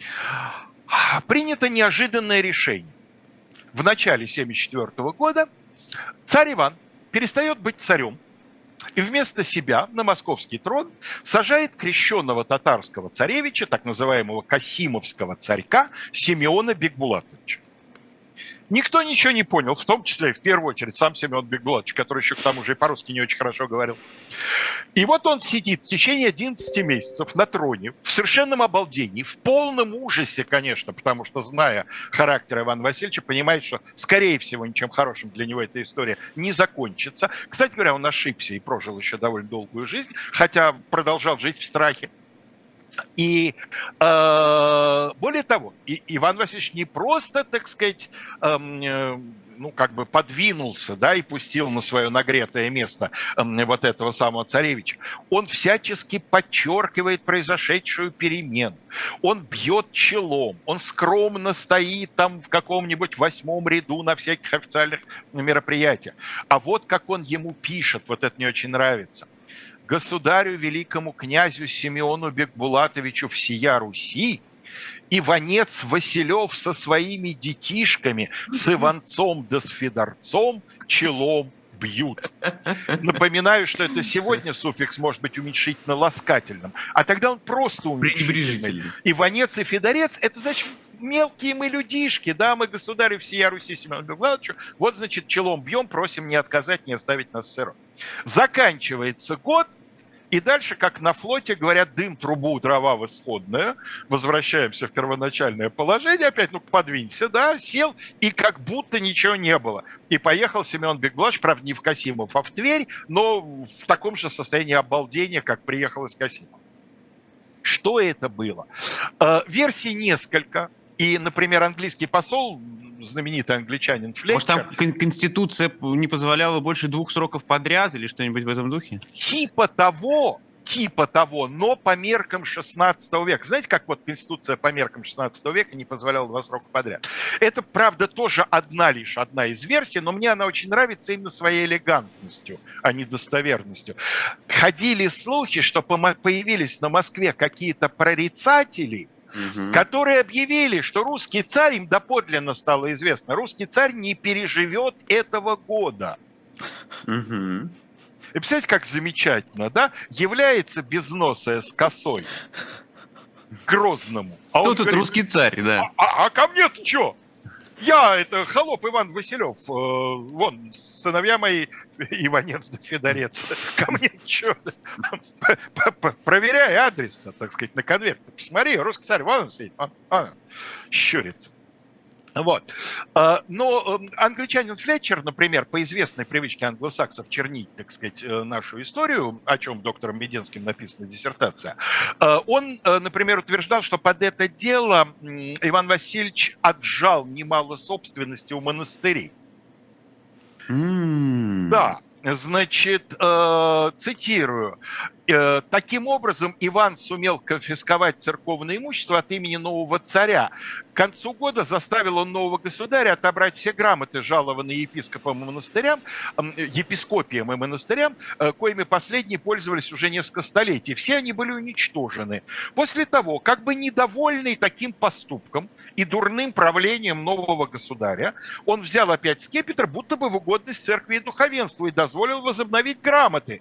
принято неожиданное решение. В начале 1974 года царь Иван перестает быть царем и вместо себя на московский трон сажает крещенного татарского царевича, так называемого Касимовского царька Симеона Бекбулатовича. Никто ничего не понял, в том числе и в первую очередь сам Семен Бекбулатович, который еще к тому же и по-русски не очень хорошо говорил. И вот он сидит в течение 11 месяцев на троне в совершенном обалдении, в полном ужасе, конечно, потому что, зная характер Ивана Васильевича, понимает, что, скорее всего, ничем хорошим для него эта история не закончится. Кстати говоря, он ошибся и прожил еще довольно долгую жизнь, хотя продолжал жить в страхе. И более того, Иван Васильевич не просто, так сказать, ну, как бы подвинулся, да, и пустил на свое нагретое место вот этого самого царевича. Он всячески подчеркивает произошедшую перемену. Он бьет челом, он скромно стоит там в каком-нибудь 8-м ряду на всяких официальных мероприятиях. А вот как он ему пишет, вот это мне очень нравится. Государю великому князю Симеону Бекбулатовичу всея Руси Иванец Василев со своими детишками, с Иванцом да с Федорцом челом бьют. Напоминаю, что это сегодня суффикс может быть уменьшительно-ласкательным, а тогда он просто уменьшительный. Иванец и Федорец – это значит мелкие мы людишки, да, мы государю всея Руси Семену Бекбулатовичу, вот, значит, челом бьем, просим не отказать, не оставить нас сыром. Заканчивается год, и дальше, как на флоте, говорят, дым, трубу, дрова в исходное. Возвращаемся в первоначальное положение. Опять, ну, подвинься, да, сел, и как будто ничего не было. И поехал Семен Бекбулатович, правда, не в Касимов, а в Тверь, но в таком же состоянии обалдения, как приехал из Касимова. Что это было? Версий несколько. И, например, английский посол, знаменитый англичанин Флетчер... Может, там Конституция не позволяла больше 2 сроков подряд или что-нибудь в этом духе? Типа того, но по меркам 16 века. Знаете, как вот Конституция по меркам 16 века не позволяла 2 срока подряд? Это, правда, тоже одна из версий, но мне она очень нравится именно своей элегантностью, а не достоверностью. Ходили слухи, что появились на Москве какие-то прорицатели, которые объявили, что русский царь, им доподлинно стало известно, русский царь не переживет этого года. И представляете, как замечательно, да? Является безносая с косой к Грозному. А ну, он тут говорит, русский царь, да. А ко мне-то что? Я, это холоп Иван Василев, вон, сыновья мои, Иванец да Федорец, ко мне что? Проверяй адрес, так сказать, на конверт. Посмотри, русский царь, вон он сидит, щурится. Вот. Но англичанин Флетчер, например, по известной привычке англосаксов чернить, так сказать, нашу историю, о чем доктором Меденским написана диссертация, он, например, утверждал, что под это дело Иван Васильевич отжал немало собственности у монастырей. Да. Значит, цитирую. Таким образом, Иван сумел конфисковать церковное имущество от имени нового царя. К концу года заставил он нового государя отобрать все грамоты, жалованные епископам и монастырям, епископиям и монастырям, коими последние пользовались уже несколько столетий. Все они были уничтожены. После того, как бы недовольный таким поступком и дурным правлением нового государя, он взял опять скипетр, будто бы в угодность церкви и духовенству, и дозволил возобновить грамоты.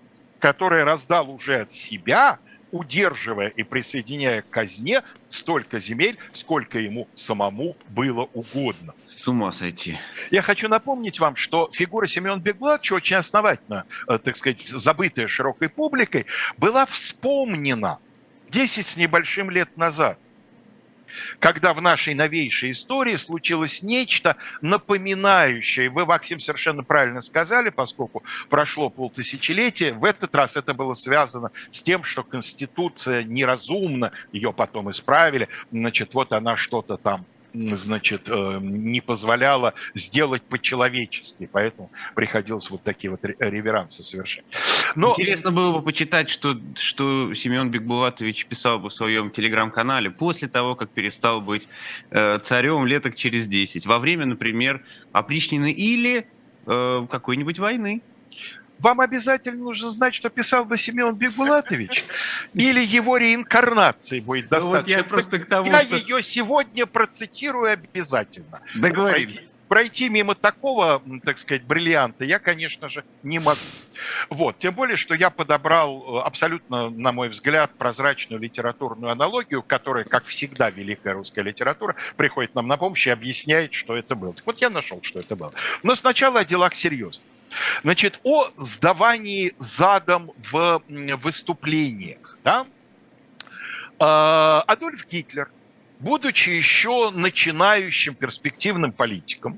который раздал уже от себя, удерживая и присоединяя к казне столько земель, сколько ему самому было угодно. С ума сойти. Я хочу напомнить вам, что фигура Семена Бекбулатовича, очень основательно, так сказать, забытая широкой публикой, была вспомнена 10 с небольшим лет назад, когда в нашей новейшей истории случилось нечто напоминающее, вы, Максим, совершенно правильно сказали, поскольку прошло полтысячелетия, в этот раз это было связано с тем, что Конституция неразумна, ее потом исправили, значит, вот она что-то там, значит, не позволяла сделать по-человечески, поэтому приходилось вот такие вот реверансы совершать. Но... Интересно было бы почитать, что Семен Бекбулатович писал бы в своем телеграм-канале после того, как перестал быть царем леток через 10, во время, например, опричнины или какой-нибудь войны. Вам обязательно нужно знать, что писал бы Семен Бекбулатович, или его реинкарнации будет достаточно. Вот я просто к тому, что... ее сегодня процитирую обязательно. Договорились. Пройти мимо такого, так сказать, бриллианта я, конечно же, не могу. Вот. Тем более, что я подобрал абсолютно, на мой взгляд, прозрачную литературную аналогию, которая, как всегда, великая русская литература, приходит нам на помощь и объясняет, что это было. Так вот, я нашел, что это было. Но сначала о делах серьезных. Значит, о сдавании задом в выступлениях. Да? Адольф Гитлер, будучи еще начинающим перспективным политиком,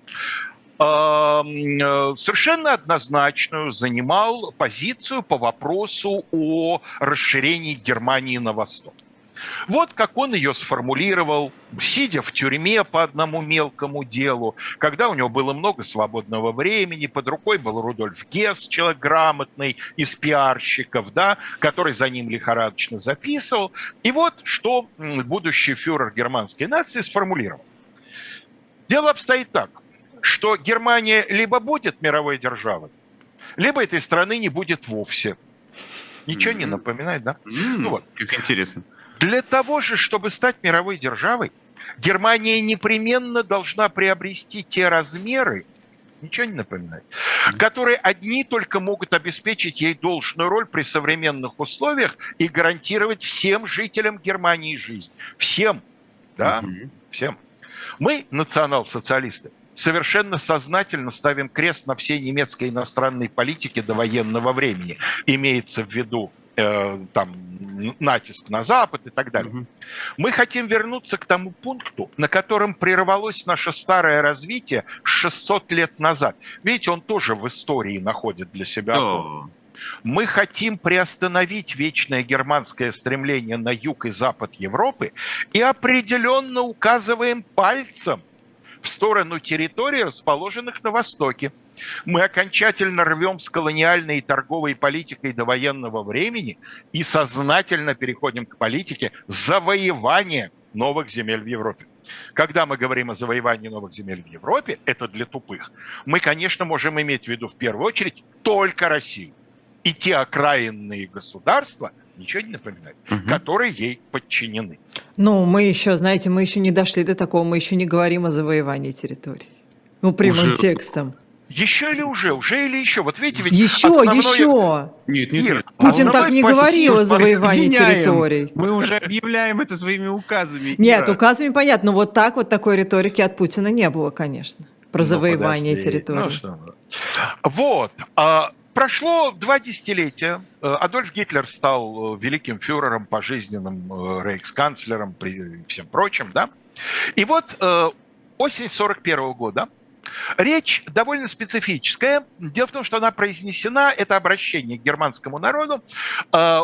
совершенно однозначную занимал позицию по вопросу о расширении Германии на восток. Вот как он ее сформулировал, сидя в тюрьме по одному мелкому делу, когда у него было много свободного времени, под рукой был Рудольф Гесс, человек грамотный, из пиарщиков, да, который за ним лихорадочно записывал. И вот что будущий фюрер германской нации сформулировал. Дело обстоит так, что Германия либо будет мировой державой, либо этой страны не будет вовсе. Ничего не напоминает, да? Ну вот. Как интересно. Для того же, чтобы стать мировой державой, Германия непременно должна приобрести те размеры, ничего не напоминает, которые одни только могут обеспечить ей должную роль при современных условиях и гарантировать всем жителям Германии жизнь. Всем, да, всем. Мы, национал-социалисты, совершенно сознательно ставим крест на всей немецкой иностранной политике до военного времени. Имеется в виду там, натиск на Запад и так далее. Мы хотим вернуться к тому пункту, на котором прервалось наше старое развитие 600 лет назад. Видите, он тоже в истории находит для себя. Мы хотим приостановить вечное германское стремление на юг и запад Европы и определенно указываем пальцем в сторону территорий, расположенных на востоке. Мы окончательно рвем с колониальной и торговой политикой до военного времени и сознательно переходим к политике завоевания новых земель в Европе. Когда мы говорим о завоевании новых земель в Европе, это для тупых, мы, конечно, можем иметь в виду в первую очередь только Россию. И те окраинные государства, ничего не напоминают, которые ей подчинены. Ну, мы еще, знаете, мы еще не дошли до такого, мы еще не говорим о завоевании территорий. Ну, прямым текстом. Еще или уже? Уже или еще? Вот видите, ведь еще. Нет. Путин так не говорил о завоевании территорий. Мы уже объявляем это своими указами. Нет, указами понятно, но вот так вот такой риторики от Путина не было, конечно, про завоевание территорий. Вот. Прошло 2 десятилетия. Адольф Гитлер стал великим фюрером, пожизненным рейхсканцлером и всем прочим, да? И вот осень 1941 года. Речь довольно специфическая. Дело в том, что она произнесена, это обращение к германскому народу, о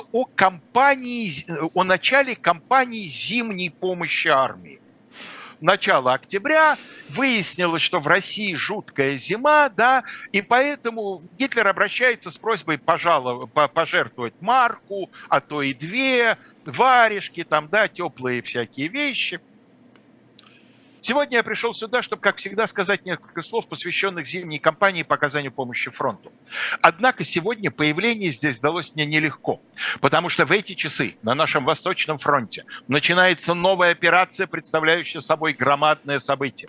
начале кампании зимней помощи армии. Начало октября, выяснилось, что в России жуткая зима, да, и поэтому Гитлер обращается с просьбой пожертвовать марку, а то и 2, варежки, там, да, теплые всякие вещи. Сегодня я пришел сюда, чтобы, как всегда, сказать несколько слов, посвященных зимней кампании по оказанию помощи фронту. Однако сегодня появление здесь далось мне нелегко, потому что в эти часы на нашем Восточном фронте начинается новая операция, представляющая собой громадное событие.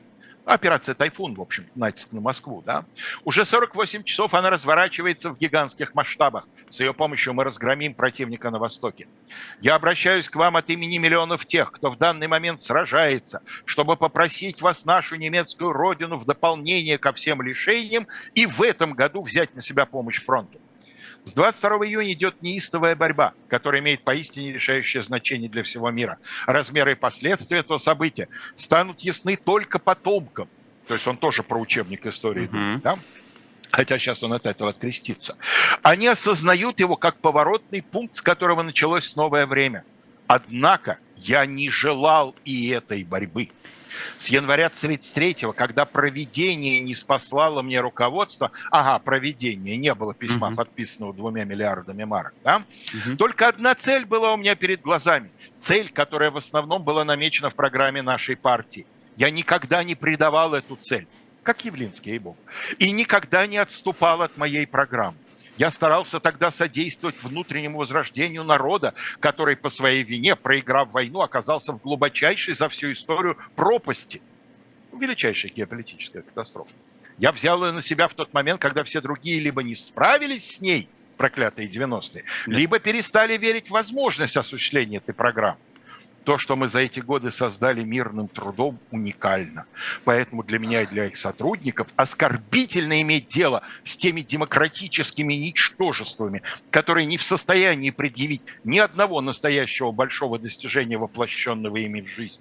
Операция «Тайфун», в общем, натиск на Москву, да. Уже 48 часов она разворачивается в гигантских масштабах. С ее помощью мы разгромим противника на Востоке. Я обращаюсь к вам от имени миллионов тех, кто в данный момент сражается, чтобы попросить вас, нашу немецкую родину, в дополнение ко всем лишениям и в этом году взять на себя помощь фронту. С 22 июня идет неистовая борьба, которая имеет поистине решающее значение для всего мира. Размеры и последствия этого события станут ясны только потомкам. То есть он тоже про учебник истории думает, да? Хотя сейчас он от этого открестится. Они осознают его как поворотный пункт, с которого началось новое время. Однако я не желал и этой борьбы. С января 1933-го, когда провидение не спаслало мне руководство, провидение, не было письма, подписанного 2 миллиардами марок, да? Только одна цель была у меня перед глазами. Цель, которая в основном была намечена в программе нашей партии. Я никогда не предавал эту цель, как Явлинский, ей-богу, и никогда не отступал от моей программы. Я старался тогда содействовать внутреннему возрождению народа, который по своей вине, проиграв войну, оказался в глубочайшей за всю историю пропасти. Величайшая геополитическая катастрофа. Я взял ее на себя в тот момент, когда все другие либо не справились с ней, проклятые 90-е, либо перестали верить в возможность осуществления этой программы. То, что мы за эти годы создали мирным трудом, уникально. Поэтому для меня и для их сотрудников оскорбительно иметь дело с теми демократическими ничтожествами, которые не в состоянии предъявить ни одного настоящего большого достижения, воплощенного ими в жизнь.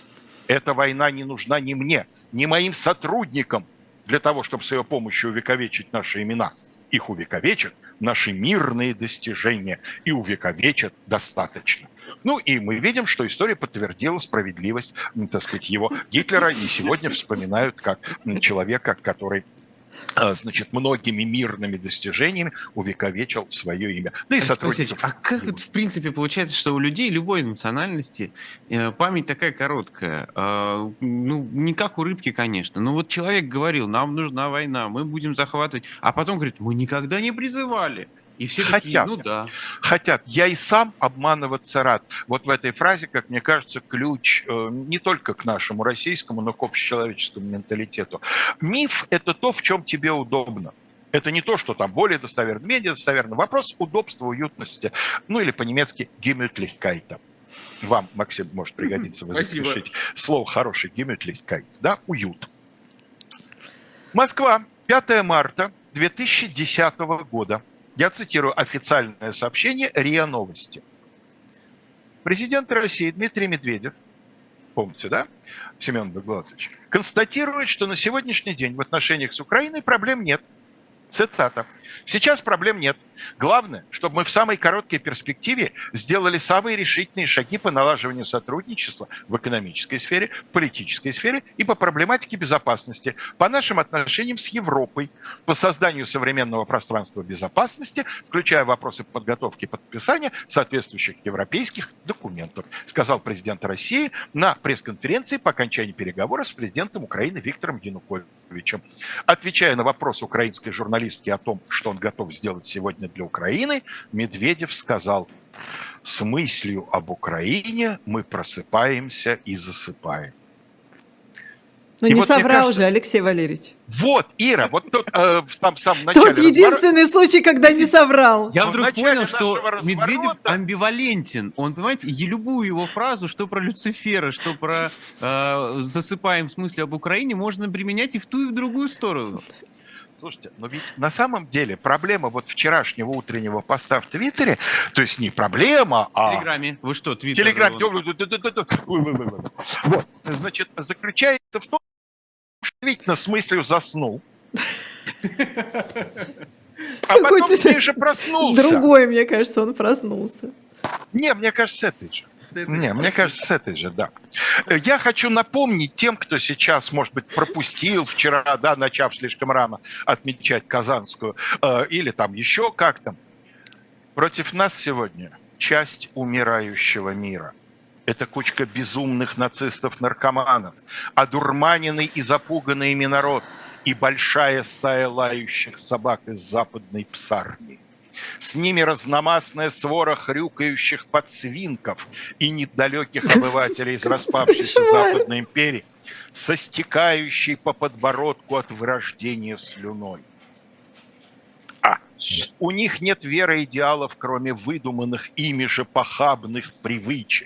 Эта война не нужна ни мне, ни моим сотрудникам для того, чтобы с ее помощью увековечить наши имена. Их увековечат наши мирные достижения, и увековечат достаточно. Ну и мы видим, что история подтвердила справедливость, так сказать, его Гитлера, и сегодня вспоминают как человека, который, значит, многими мирными достижениями увековечил свое имя. Да и сотрудников. А как это, в принципе, получается, что у людей любой национальности память такая короткая? Не как у рыбки, конечно. Но вот человек говорил, нам нужна война, мы будем захватывать. А потом говорит, мы никогда не призывали. И все такие, Хотят. Я и сам обманываться рад. Вот в этой фразе, как мне кажется, ключ не только к нашему российскому, но к общечеловеческому менталитету. Миф – это то, в чем тебе удобно. Это не то, что там более достоверно, менее достоверно. Вопрос удобства, уютности. Ну или по-немецки «Gemütlichkeit». Вам, Максим, может пригодиться. Вы запишите слово хороший «Gemütlichkeit». Да, уют. Москва, 5 марта 2010 года. Я цитирую официальное сообщение РИА Новости. Президент России Дмитрий Медведев, помните, да, Семен Бигбулатович, констатирует, что на сегодняшний день в отношениях с Украиной проблем нет. Цитата. Сейчас проблем нет. Главное, чтобы мы в самой короткой перспективе сделали самые решительные шаги по налаживанию сотрудничества в экономической сфере, в политической сфере и по проблематике безопасности, по нашим отношениям с Европой, по созданию современного пространства безопасности, включая вопросы подготовки и подписания соответствующих европейских документов, сказал президент России на пресс-конференции по окончании переговоров с президентом Украины Виктором Януковичем. Отвечая на вопрос украинской журналистки о том, что он готов сделать сегодня для Украины, Медведев сказал: «С мыслью об Украине мы просыпаемся и засыпаем». Ну не вот соврал же, Алексей Валерьевич. Вот, Ира, вот тут там в самом начале... Тут единственный случай, когда не соврал. Я вдруг понял, что Медведев амбивалентен. Он, понимаете, любую его фразу, что про Люцифера, что про засыпаем с мыслью об Украине, можно применять и в ту, и в другую сторону. Слушайте, но ведь на самом деле проблема вот вчерашнего утреннего поста в Твиттере, то есть не проблема, а... В Телеграме. Вы что, Твиттер? Телеграм. Вот, значит, заключается в том, что действительно с мыслью заснул. А потом с ней же проснулся. Другой, мне кажется, он проснулся. Не, мне кажется, с этой же. Не, мне кажется, с этой же, да. Я хочу напомнить тем, кто сейчас, может быть, пропустил вчера, да, начав слишком рано отмечать Казанскую, или там еще как-то. Против нас сегодня часть умирающего мира. Это кучка безумных нацистов-наркоманов, одурманенный и запуганный ими народ и большая стая лающих собак из западной Псарни. С ними разномастная свора хрюкающих подсвинков и недалеких обывателей из распавшейся Западной империи. со стекающей по подбородку от вырождения слюной. У них нет веры идеалов, кроме выдуманных ими же похабных привычек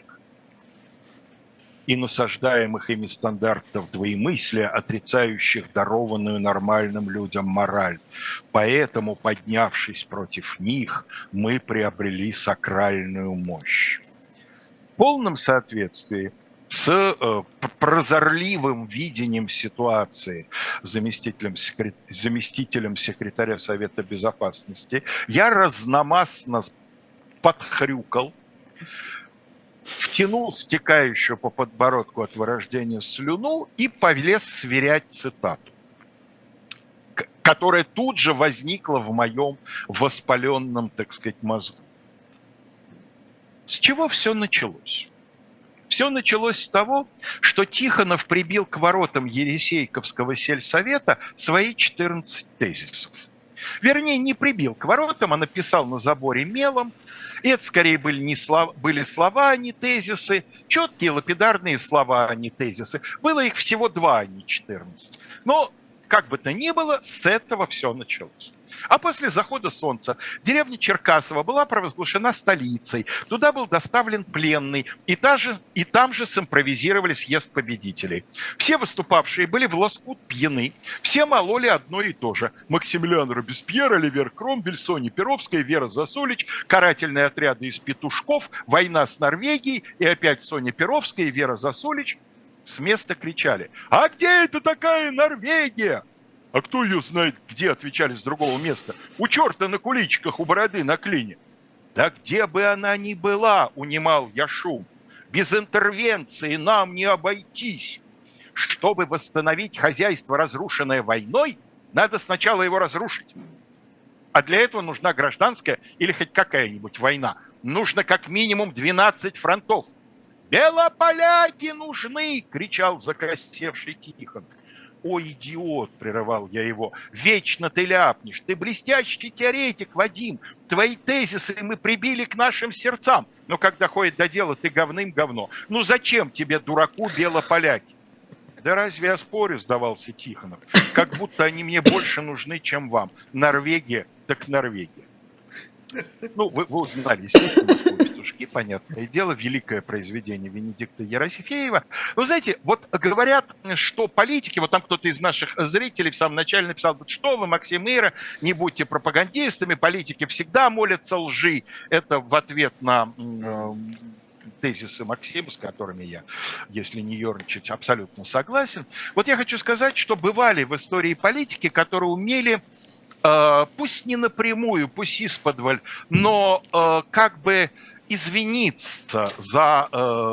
и насаждаемых ими стандартов двоемыслия, отрицающих дарованную нормальным людям мораль. Поэтому, поднявшись против них, мы приобрели сакральную мощь. В полном соответствии с прозорливым видением ситуации заместителем секретаря Совета Безопасности, я разномастно подхрюкал, втянул стекающую по подбородку от вырождения слюну и полез сверять цитату, которая тут же возникла в моем воспаленном, так сказать, мозгу. С чего все началось? Все началось с того, что Тихонов прибил к воротам Елисейковского сельсовета свои 14 тезисов. Вернее, не прибил к воротам, а написал на заборе мелом. И это скорее были слова, а не тезисы. Четкие лапидарные слова, а не тезисы. Было их всего 2, а не 14. Но, как бы то ни было, с этого все началось. А после захода солнца деревня Черкасово была провозглашена столицей. Туда был доставлен пленный, и там же симпровизировали съезд победителей. Все выступавшие были в лоскут пьяны, все мололи одно и то же. Максимилиан Робеспьер, Оливер Кромвель, Соня Перовская, Вера Засулич, карательные отряды из петушков, война с Норвегией, и опять Соня Перовская и Вера Засулич с места кричали: «А где это такая Норвегия?» «А кто ее знает где?» — отвечали с другого места. «У черта на куличках, у бороды на клине». «Да где бы она ни была, — унимал я шум, — без интервенции нам не обойтись. Чтобы восстановить хозяйство, разрушенное войной, надо сначала его разрушить. А для этого нужна гражданская или хоть какая-нибудь война. Нужно как минимум 12 фронтов. «Белополяки нужны!» — кричал закосевший Тихон. «О, идиот!» — прерывал я его. «Вечно ты ляпнешь! Ты блестящий теоретик, Вадим! Твои тезисы мы прибили к нашим сердцам! Но когда ходит до дела, ты говным говно! Ну зачем тебе, дураку, белополяки?» «Да разве я спорю?» — сдавался Тихонов. «Как будто они мне больше нужны, чем вам. Норвегия так Норвегия». Ну, вы узнали, естественно, «Москву петушки», понятное дело, великое произведение Венедикта Ерофеева. Но знаете, вот говорят, что политики, вот там кто-то из наших зрителей в самом начале написал: «Да что вы, Максим и Ира, не будьте пропагандистами, политики всегда молятся лжи». Это в ответ на тезисы Максима, с которыми я, если не ерничать, абсолютно согласен. Вот я хочу сказать, что бывали в истории политики, которые умели, пусть не напрямую, пусть исподволь, но как бы извиниться за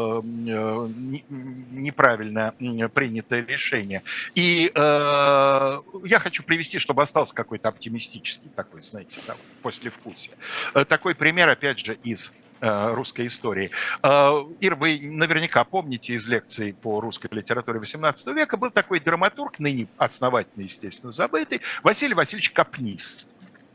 неправильно принятое решение. И я хочу привести, чтобы остался какой-то оптимистический такой, знаете, там, послевкусие. Такой пример, опять же, из русской истории. Ир, вы наверняка помните из лекций по русской литературе XVIII века, был такой драматург, ныне основательно, естественно, забытый, Василий Васильевич Капнист.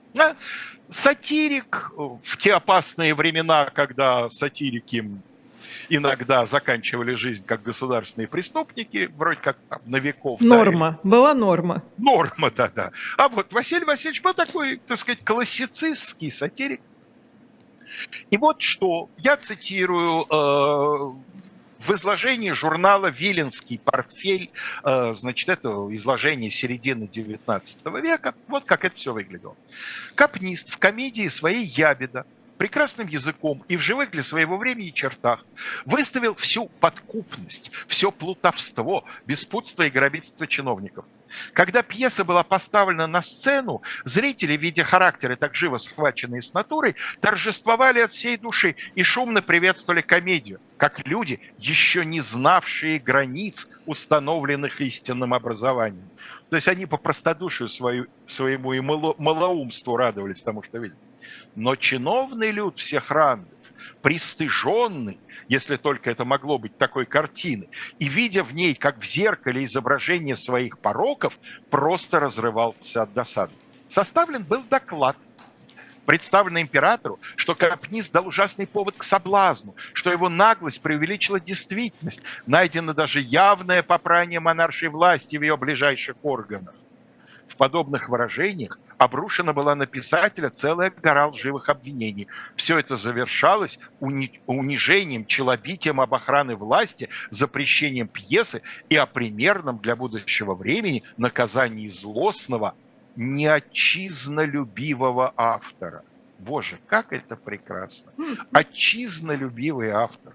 Сатирик в те опасные времена, когда сатирики иногда заканчивали жизнь как государственные преступники, вроде как там, на веков. Норма, да, была норма. Норма, да-да. А вот Василий Васильевич был такой, так сказать, классицистский сатирик. И вот что, я цитирую в изложении журнала «Виленский портфель», значит, это изложение середины XIX века, вот как это все выглядело. Капнист в комедии своей «Ябеда» прекрасным языком и в живых для своего времени чертах выставил всю подкупность, все плутовство, беспутство и грабительство чиновников. Когда пьеса была поставлена на сцену, зрители, видя характеры, так живо схваченные с натурой, торжествовали от всей души и шумно приветствовали комедию, как люди, еще не знавшие границ, установленных истинным образованием. То есть они по простодушию своему и малоумству радовались тому, что видели. Но чиновный люд всех рангов, пристыженный, если только это могло быть такой картины, и видя в ней, как в зеркале, изображение своих пороков, просто разрывался от досады. Составлен был доклад, представлено императору, что Капнист дал ужасный повод к соблазну, что его наглость преувеличила действительность, найдено даже явное попрание монаршей власти в ее ближайших органах. В подобных выражениях обрушена была на писателя целая гора лживых обвинений. Все это завершалось унижением, челобитием об охране власти, запрещением пьесы и о примерном для будущего времени наказании злостного, неотчизнолюбивого автора. Боже, как это прекрасно! Отчизнолюбивый автор.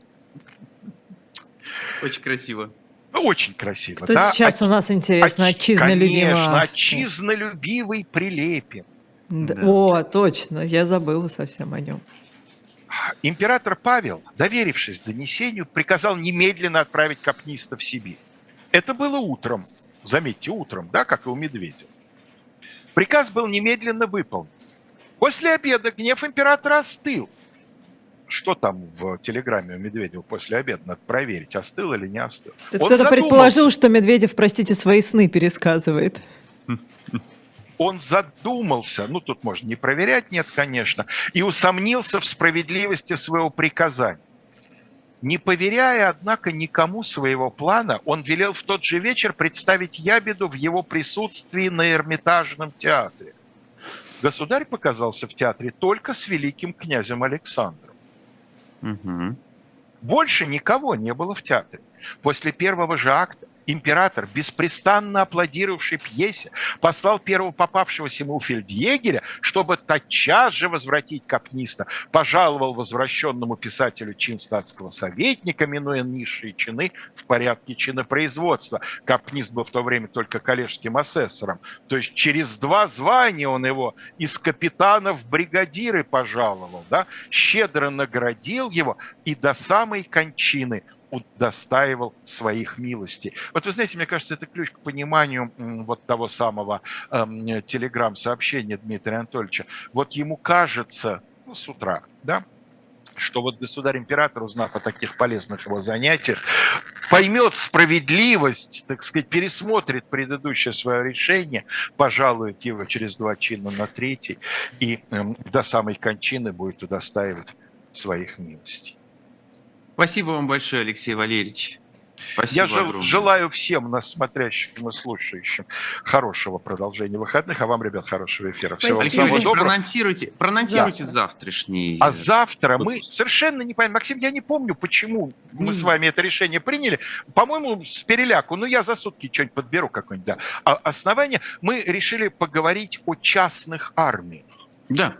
Очень красиво. Очень красиво. Кто да? сейчас у нас интересно? Отчизнолюбивый. Конечно, отчизнолюбивый Прилепин. Да. Да. О, точно, я забыла совсем о нем. Император Павел, доверившись донесению, приказал немедленно отправить Капниста в Сибирь. Это было утром. Заметьте, утром, да, как и у Медведя. Приказ был немедленно выполнен. После обеда гнев императора остыл. Что там в телеграмме у Медведева после обеда? Надо проверить, остыл или не остыл. Тут Он кто-то задумался. предположил, что Медведев, простите, свои сны пересказывает. Он задумался, ну тут можно не проверять, нет, конечно, и усомнился в справедливости своего приказания. Не поверяя, однако, никому своего плана, он велел в тот же вечер представить ябеду в его присутствии на Эрмитажном театре. Государь показался в театре только с великим князем Александром. Угу. Больше никого не было в театре. После первого же акта император, беспрестанно аплодировавший пьесе, послал первого попавшегося ему фельдъегеря, чтобы тотчас же возвратить Капниста, пожаловал возвращенному писателю чин статского советника, минуя низшие чины в порядке чинопроизводства. Капнист был в то время только коллежским асессором, то есть через 2 звания он его из капитана в бригадиры пожаловал, да? Щедро наградил его и до самой кончины удостаивал своих милостей. Вот вы знаете, мне кажется, это ключ к пониманию вот того самого телеграм-сообщения Дмитрия Анатольевича. Вот ему кажется, ну, с утра, да, что вот государь-император, узнав о таких полезных его занятиях, поймет справедливость, так сказать, пересмотрит предыдущее свое решение, пожалует его через 2 чина на 3 и до самой кончины будет удостаивать своих милостей. Спасибо вам большое, Алексей Валерьевич. Спасибо Я огромное. желаю всем нас смотрящим и слушающим хорошего продолжения выходных, а вам, ребят, хорошего эфира. Всего Алексей самого Валерьевич, доброго. проанонсируйте завтрашний. А завтра мы совершенно не понимаем. Максим, я не помню, почему мы с вами это решение приняли. По-моему, с переляку. Ну, я за сутки что-нибудь подберу какое-нибудь. Да. А основание мы решили поговорить о частных армиях. Да.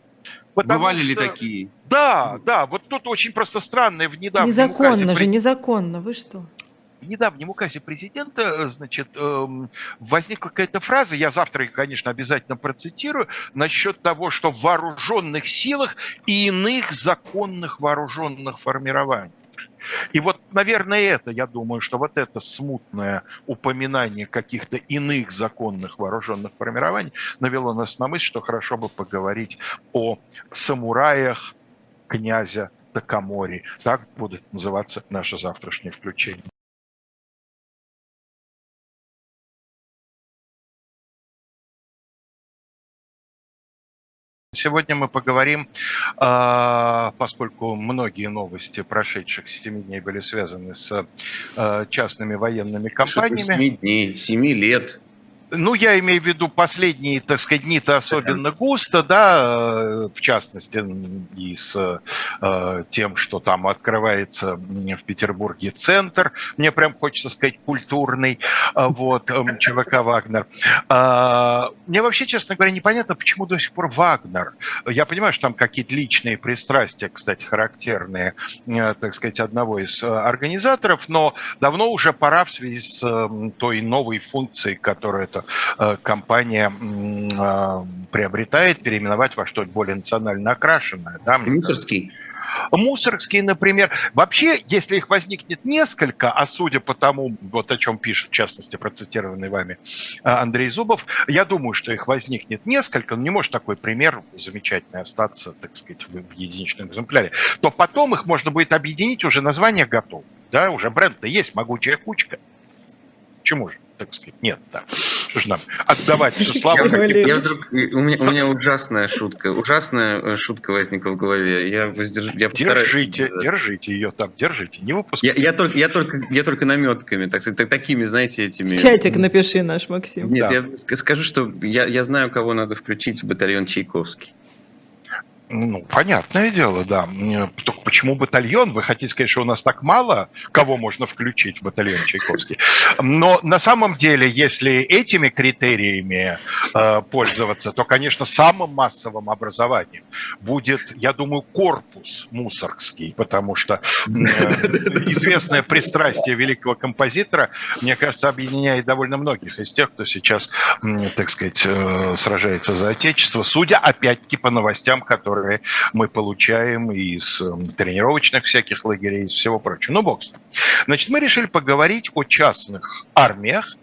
Бывали ли такие? Да, да. Вот тут очень просто странное в недавнем Незаконно указе... же, незаконно. Вы что? В недавнем указе президента, значит, возникла какая-то фраза, я завтра, конечно, обязательно процитирую, насчет того, что в вооруженных силах и иных законных вооруженных формирований. И вот, наверное, это, я думаю, что вот это смутное упоминание каких-то иных законных вооруженных формирований навело нас на мысль, что хорошо бы поговорить о самураях князя Такамори. Так будет называться наше завтрашнее включение. Сегодня мы поговорим, поскольку многие новости прошедших 7 дней были связаны с частными военными компаниями. 7 дней, 7 лет. Ну, я имею в виду последние, так сказать, дни-то особенно густо, да, в частности, и с тем, что там открывается в Петербурге центр, мне прям хочется сказать, культурный, вот, ЧВК «Вагнер». Мне вообще, честно говоря, непонятно, почему до сих пор «Вагнер». Я понимаю, что там какие-то личные пристрастия, кстати, характерные, так сказать, одного из организаторов, но давно уже пора в связи с той новой функцией, которую эта компания приобретает, переименовать во что-то более национально окрашенное. Да, Мусоргский. Мусоргский, например. Вообще, если их возникнет несколько, а судя по тому, вот о чем пишет, в частности, процитированный вами Андрей Зубов, я думаю, что их возникнет несколько, но не может такой пример замечательный остаться, так сказать, в единичном экземпляре, то потом их можно будет объединить, уже название готово. Да, уже бренд-то есть, «Могучая кучка». Почему же, так сказать, нет, да. нужно отдавать всю славу. У меня ужасная шутка возникла в голове. Держите ее там, держите, не выпускайте. Я только наметками, так сказать, такими, знаете, этими... В чатик напиши наш Максим. Нет, я скажу, что я знаю, кого надо включить в батальон Чайковский. Ну, понятное дело, да. Только почему батальон? Вы хотите сказать, что у нас так мало, кого можно включить в батальон Чайковский? Но на самом деле, если этими критериями пользоваться, то, конечно, самым массовым образованием будет, я думаю, корпус мусоргский, потому что известное пристрастие великого композитора, мне кажется, объединяет довольно многих из тех, кто сейчас, так сказать, сражается за Отечество, судя, опять-таки, по новостям, которые мы получаем из тренировочных всяких лагерей, из всего прочего. Ну, бог с ним. Значит, мы решили поговорить о частных армиях.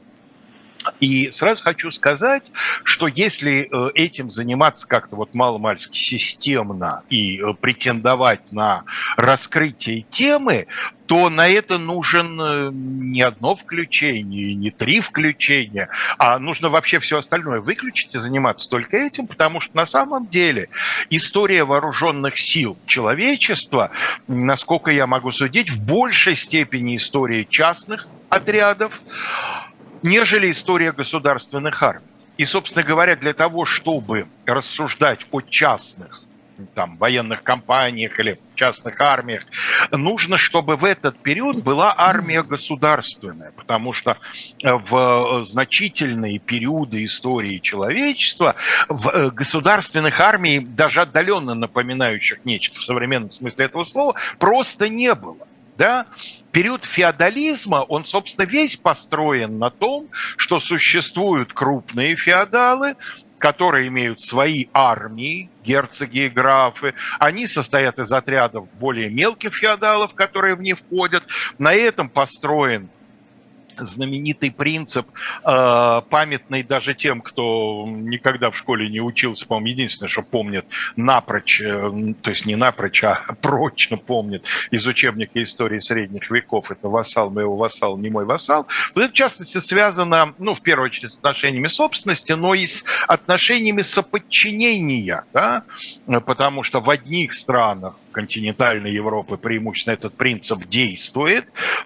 И сразу хочу сказать, что если этим заниматься как-то вот мало-мальски системно и претендовать на раскрытие темы, то на это нужен не одно включение, не 3 включения, а нужно вообще все остальное выключить и заниматься только этим, потому что на самом деле история вооруженных сил человечества, насколько я могу судить, в большей степени история частных отрядов, нежели история государственных армий. И, собственно говоря, для того, чтобы рассуждать о частных там, военных компаниях или частных армиях, нужно, чтобы в этот период была армия государственная, потому что в значительные периоды истории человечества в государственных армий, даже отдаленно напоминающих нечто в современном смысле этого слова, просто не было. Да? Период феодализма, он, собственно, весь построен на том, что существуют крупные феодалы, которые имеют свои армии, герцоги и графы. Они состоят из отрядов более мелких феодалов, которые в них входят. На этом построен знаменитый принцип, памятный даже тем, кто никогда в школе не учился, по-моему, единственное, что помнит напрочь, то есть не напрочь, а прочно помнит из учебника истории средних веков, это «Вассал моего вассала, не мой вассал». Вот это, в частности, связано, ну, в первую очередь, с отношениями собственности, но и с отношениями соподчинения, да? Потому что в одних странах континентальной Европы преимущественно этот принцип действует.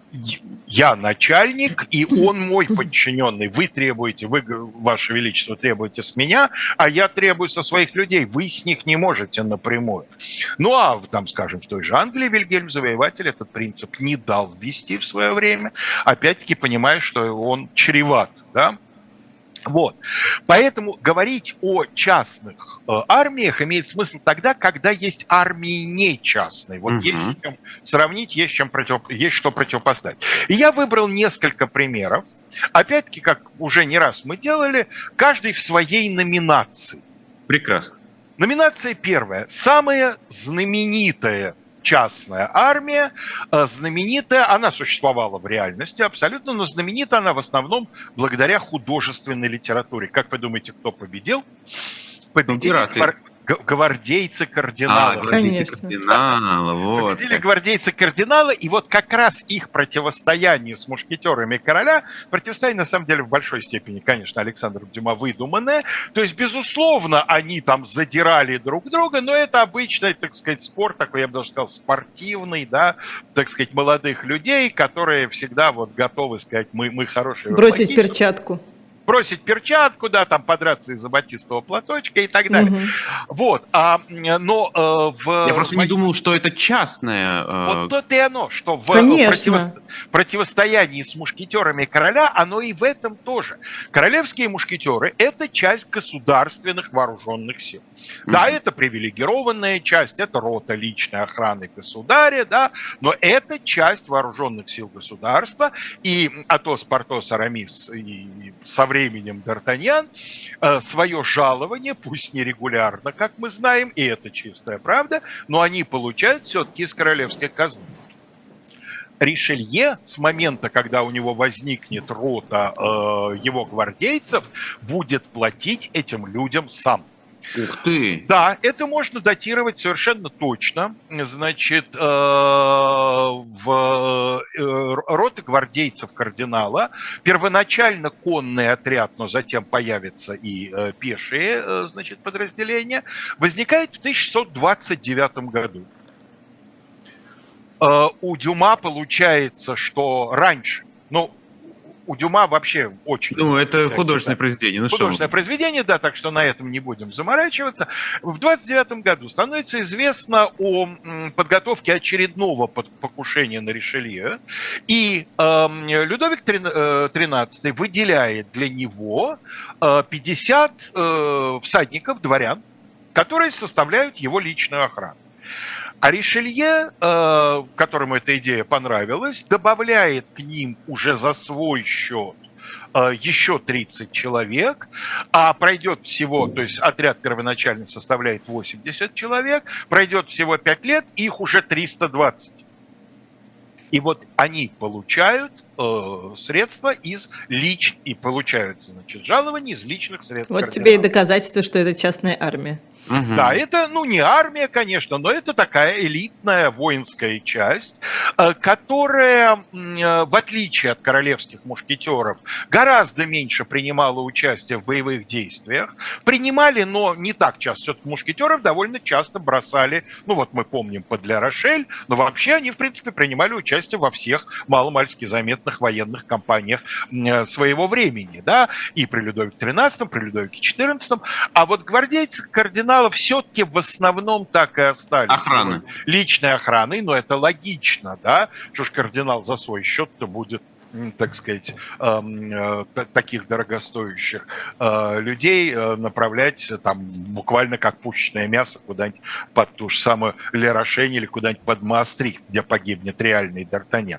Я начальник, и он мой подчиненный. Вы требуете, вы, Ваше Величество, требуете с меня, а я требую со своих людей. Вы с них не можете напрямую. Ну, а там, скажем, в той же Англии Вильгельм Завоеватель этот принцип не дал ввести в свое время. Опять-таки, понимая, что он чреват, да? Вот. Поэтому говорить о частных армиях имеет смысл тогда, когда есть армии не частные. Вот есть с чем сравнить, есть что противопоставить. И я выбрал несколько примеров. Опять-таки, как уже не раз мы делали, каждый в своей номинации. Прекрасно. Номинация первая. Самая знаменитая частная армия, знаменитая, она существовала в реальности абсолютно, но знаменита она в основном благодаря художественной литературе. Как вы думаете, кто победил? Победили гвардейцы-кардиналы. Гвардейцы-кардиналы, вот. Победили гвардейцы-кардиналы, и вот как раз их противостояние с мушкетерами короля, противостояние, на самом деле, в большой степени, конечно, Александром Дюма выдуманное, то есть, безусловно, они там задирали друг друга, но это обычный, так сказать, спор, такой, я бы даже сказал, спортивный, да, так сказать, молодых людей, которые всегда вот готовы сказать, мы хорошие. Бросить перчатку. Бросить перчатку, да, там подраться из-за батистового платочка и так далее. Вот. Я просто не думал, что это частное. Вот то-то и оно, что в противостоянии с мушкетерами короля, оно и в этом тоже. Королевские мушкетеры – это часть государственных вооруженных сил. Да, это привилегированная часть, это рота личной охраны государя, да, но это часть вооруженных сил государства, и Атос, Портос, Арамис и со временем Д'Артаньян свое жалование, пусть нерегулярно, как мы знаем, и это чистая правда, но они получают все-таки из королевской казны. Ришелье с момента, когда у него возникнет рота его гвардейцев, будет платить этим людям сам. Ух ты! Да, это можно датировать совершенно точно. Значит, роты гвардейцев кардинала, первоначально конный отряд, но затем появятся и пешие, значит, подразделения, возникает в 1629 году. У Дюма получается, что раньше, у Дюма вообще очень... это художественное произведение. Художественное произведение, да, так что на этом не будем заморачиваться. В 29 году становится известно о подготовке очередного покушения на Ришелье, и Людовик XIII выделяет для него 50 всадников, дворян, которые составляют его личную охрану. А Ришелье, которому эта идея понравилась, добавляет к ним уже за свой счет еще 30 человек, а пройдет всего, то есть отряд первоначально составляет 80 человек, пройдет всего 5 лет, их уже 320. И вот они получают средства и получают, значит, жалования из личных средств. Вот тебе и доказательство, что это частная армия. Угу. Да, это, не армия, конечно, но это такая элитная воинская часть, которая, в отличие от королевских мушкетеров, гораздо меньше принимала участие в боевых действиях. Принимали, но не так часто. Все-таки мушкетеров довольно часто бросали, мы помним, под Ля-Рошель, но вообще они, в принципе, принимали участие во всех маломальски заметных военных кампаниях своего времени, да, и при Людовике XIII, при Людовике XIV. А вот гвардейцы кардинала все-таки в основном так и остались. Охраны. Личной охраной, но это логично, да, что ж кардинал за свой счет-то будет, так сказать, таких дорогостоящих людей направлять там буквально как пушечное мясо куда-нибудь под ту же самую Ля-Рошель или куда-нибудь под Маастрихт, где погибнет реальный Д'Артаньян.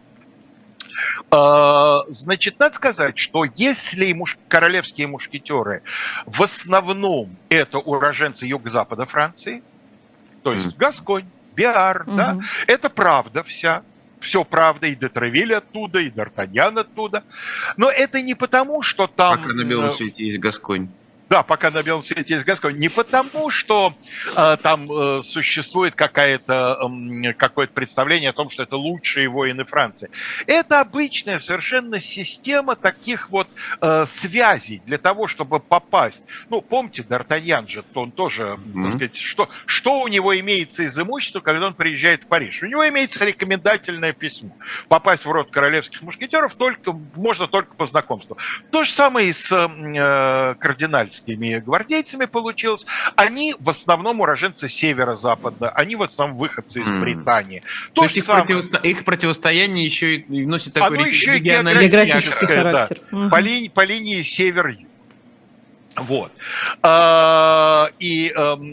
Значит, надо сказать, что если королевские мушкетеры в основном это уроженцы юго-запада Франции, то есть Гасконь, Биар, да, это правда все правда, и де Тревиль оттуда, и Д'Артаньян оттуда, но это не потому, что там... Пока на белом свете есть Гасконь. Да, пока на белом свете есть Гасконь. Не потому, что там существует какое-то представление о том, что это лучшие воины Франции. Это обычная совершенно система таких вот связей для того, чтобы попасть. Помните, Д'Артаньян же, он тоже, так сказать, что у него имеется из имущества, когда он приезжает в Париж? У него имеется рекомендательное письмо. Попасть в род королевских мушкетеров можно только по знакомству. То же самое и с кардинальскими гвардейцами получилось. Они в основном уроженцы северо-запада, они в основном выходцы из Британии. То есть их противостояние еще и носит такой географический характер. Да, по линии север-юг. Вот. И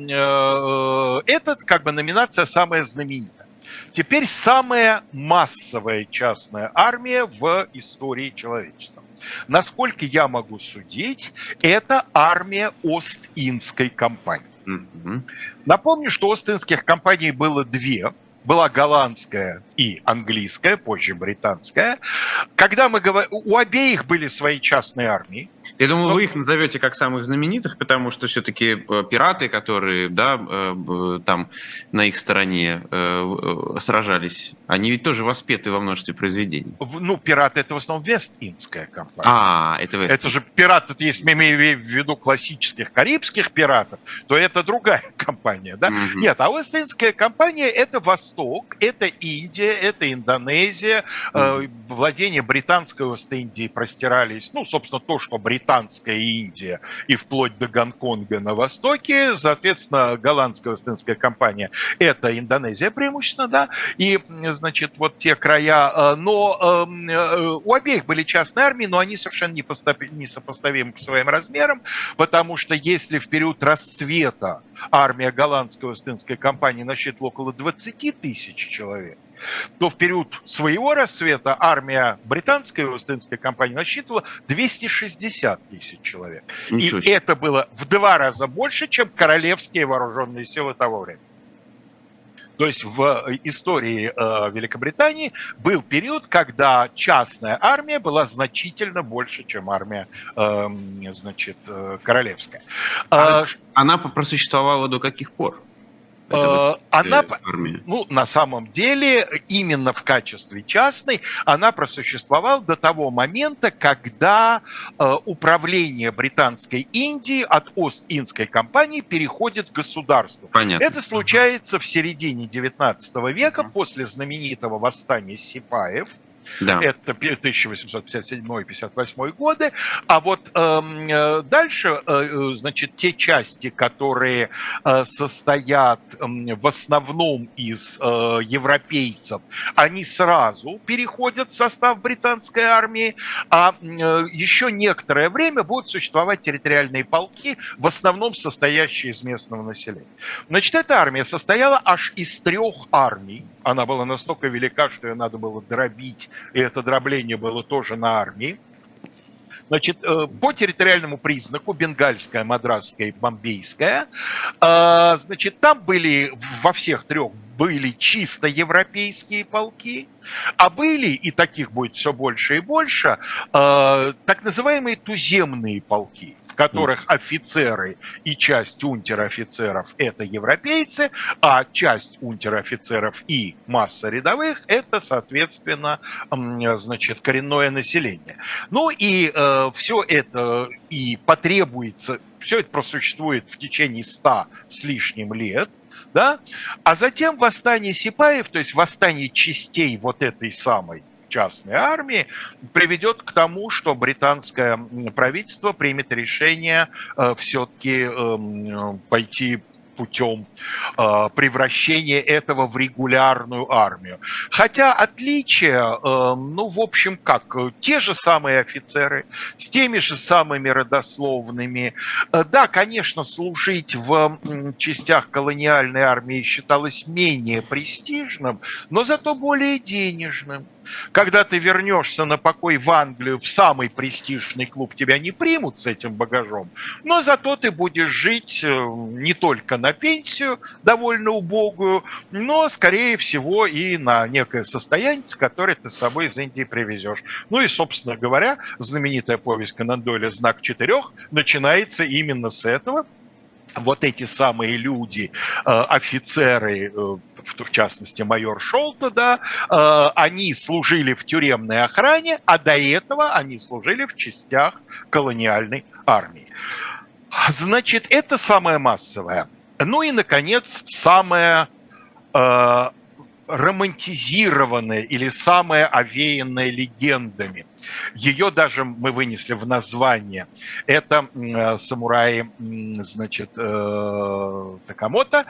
это номинация самая знаменитая. Теперь самая массовая частная армия в истории человечества. Насколько я могу судить, это армия Ост-Индской компании. Напомню, что Ост-Индских компаний было две. Была голландская и английская, позже британская. Когда мы говорим, у обеих были свои частные армии. Я думаю, вы их назовете как самых знаменитых, потому что все-таки пираты, которые там на их стороне сражались, они ведь тоже воспеты во множестве произведений. Пираты — это в основном Вест-Индская компания. Это Вест. Это же пираты, если мы имеем в виду классических карибских пиратов, то это другая компания, да? Нет, а Вест-Индская компания — это Восток, это Индия, это Индонезия. Владения британской Ост-Индии простирались, собственно, то, что британская Индия и вплоть до Гонконга на востоке. Соответственно, голландская Ост-Индская компания — это Индонезия преимущественно, да, и, значит, вот те края. Но у обеих были частные армии, но они совершенно несопоставимы по своим размерам, потому что если в период расцвета армия голландской Ост-Индской компании насчитывала около 20 тысяч человек, то в период своего расцвета армия британской Ост-Индской компании насчитывала 260 тысяч человек. И это было в 2 раза больше, чем королевские вооруженные силы того времени. То есть в истории Великобритании был период, когда частная армия была значительно больше, чем армия, королевская. Она просуществовала до каких пор? Она, армия? ну, на самом деле, именно в качестве частной она просуществовала до того момента, когда управление Британской Индии от Ост-Индской компании переходит к государству. Понятно. Это случается в середине XIX века после знаменитого восстания сипаев. Да. Это 1857-58 годы. А вот дальше, значит, те части, которые состоят в основном из европейцев, они сразу переходят в состав британской армии, а еще некоторое время будут существовать территориальные полки, в основном состоящие из местного населения. Значит, эта армия состояла аж из 3 армий. Она была настолько велика, что ее надо было дробить, и это дробление было тоже на армии. Значит, по территориальному признаку бенгальская, мадрасская и бомбейская, значит, там были во всех 3 были чисто европейские полки, а были, и таких будет все больше и больше, так называемые туземные полки, в которых офицеры и часть унтер-офицеров – это европейцы, а часть унтер-офицеров и масса рядовых – это, соответственно, значит, коренное население. Ну и все это и потребуется, все это просуществует в течение 100 с лишним лет, да? А затем восстание сипаев, то есть восстание частей вот этой самой частной армии, приведет к тому, что британское правительство примет решение все-таки пойти путем превращения этого в регулярную армию. Хотя отличия, ну, в общем, как, те же самые офицеры, с теми же самыми родословными. Да, конечно, служить в частях колониальной армии считалось менее престижным, но зато более денежным. Когда ты вернешься на покой в Англию, в самый престижный клуб, тебя не примут с этим багажом, но зато ты будешь жить не только на пенсию, довольно убогую, но, скорее всего, и на некое состояние, которое ты с собой из Индии привезешь. Ну и, собственно говоря, знаменитая повесть Конан Дойля «Знак 4» начинается именно с этого. Вот эти самые люди, офицеры, в частности майор Шолта, да, они служили в тюремной охране, а до этого они служили в частях колониальной армии. Значит, это самое массовое. Ну и, наконец, самое романтизированное или самое овеянное легендами. Ее даже мы вынесли в название. Это самураи, значит, Такамото.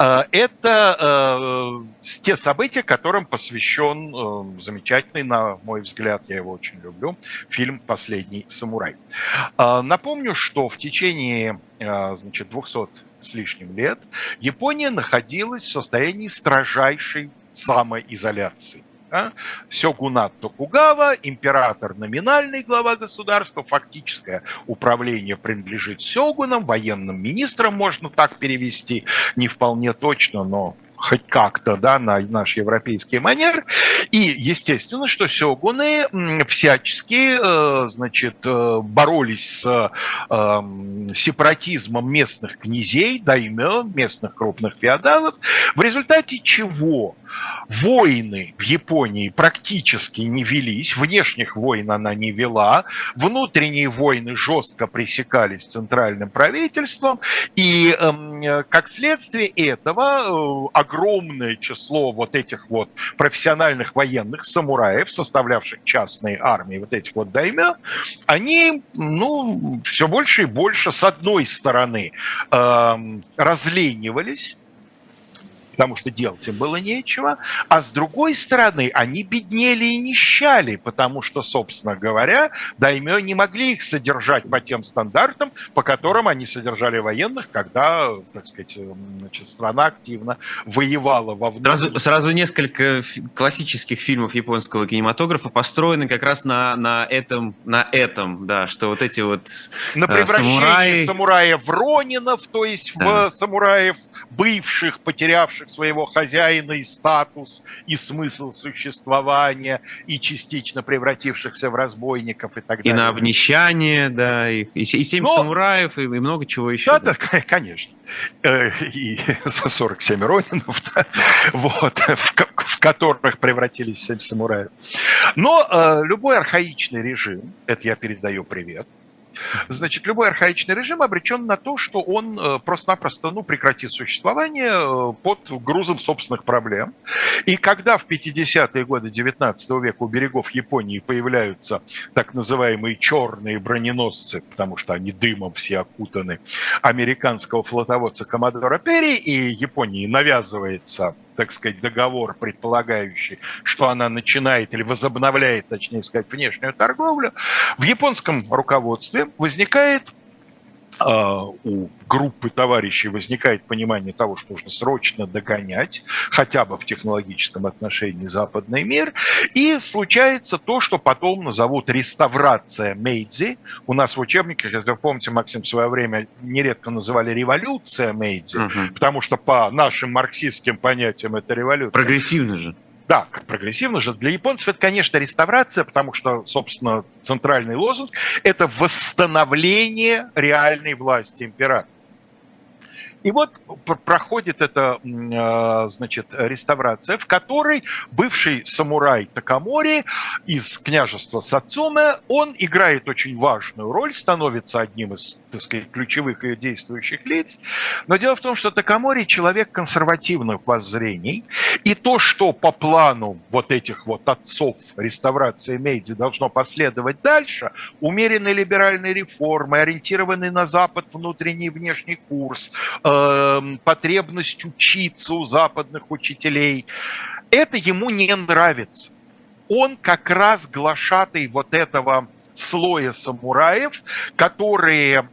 Это те события, которым посвящен замечательный, на мой взгляд, я его очень люблю, фильм «Последний самурай». Напомню, что в течение, значит, 200 с лишним лет Япония находилась в состоянии строжайшей самоизоляции. Сёгунат Токугава, император номинальный глава государства, фактическое управление принадлежит сёгунам, военным министрам, можно так перевести, не вполне точно, но хоть как-то, да, на наш европейский манер. И, естественно, что сёгуны всячески, значит, боролись с сепаратизмом местных князей, даймё, местных крупных феодалов, в результате чего войны в Японии практически не велись, внешних войн она не вела, внутренние войны жестко пресекались центральным правительством, и как следствие этого огромное число вот этих вот профессиональных военных самураев, составлявших частные армии, вот этих вот даймё, они, ну, все больше и больше, с одной стороны, разленивались, потому что делать им было нечего, а с другой стороны, они беднели и нищали, потому что, собственно говоря, даймё не могли их содержать по тем стандартам, по которым они содержали военных, когда, так сказать, значит, страна активно воевала во внутреннем. Сразу несколько классических фильмов японского кинематографа построены как раз на этом, да, что вот эти вот на превращение самураев в ронинов, то есть в самураев, бывших, потерявших потерявших своего хозяина и статус, и смысл существования, и частично превратившихся в разбойников и так далее. И на обнищание, да, и 7 самураев, и много чего еще. Да, конечно. И 47 ронинов, да, вот, в которых превратились 7 самураев. Но любой архаичный режим, это я передаю привет, значит, любой архаичный режим обречен на то, что он просто-напросто прекратит существование под грузом собственных проблем. И когда в 50-е годы 19 века у берегов Японии появляются так называемые черные броненосцы, потому что они дымом все окутаны, американского флотоводца Коммодора Перри, и Японии навязывается, так сказать, договор, предполагающий, что она начинает или возобновляет, точнее сказать, внешнюю торговлю, в японском руководстве возникает, у группы товарищей возникает понимание того, что нужно срочно догонять, хотя бы в технологическом отношении, западный мир, и случается то, что потом назовут реставрация Мэйдзи. У нас в учебниках, если вы помните, Максим, в свое время нередко называли революция Мэйдзи, потому что по нашим марксистским понятиям это революция. Прогрессивно же. Да, прогрессивно же. Для японцев это, конечно, реставрация, потому что, собственно, центральный лозунг – это восстановление реальной власти императора. И вот проходит эта, значит, реставрация, в которой бывший самурай Такамори из княжества Сацуме, он играет очень важную роль, становится одним из, так сказать, ключевых ее действующих лиц. Но дело в том, что Такамори человек консервативных воззрений, и то, что по плану вот этих вот отцов реставрации Мэйдзи должно последовать дальше, умеренные либеральные реформы, ориентированный на Запад внутренний и внешний курс, потребность учиться у западных учителей, это ему не нравится. Он как раз глашатай вот этого слоя самураев, которые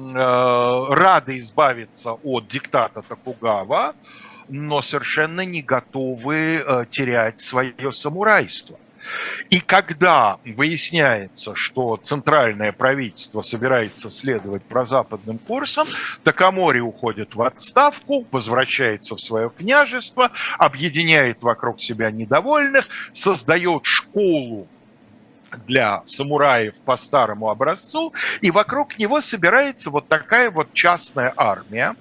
рады избавиться от диктата Токугава, но совершенно не готовы терять свое самурайство. И когда выясняется, что центральное правительство собирается следовать прозападным курсом, Такамори уходит в отставку, возвращается в свое княжество, объединяет вокруг себя недовольных, создает школу для самураев по старому образцу, и вокруг него собирается вот такая вот частная армия,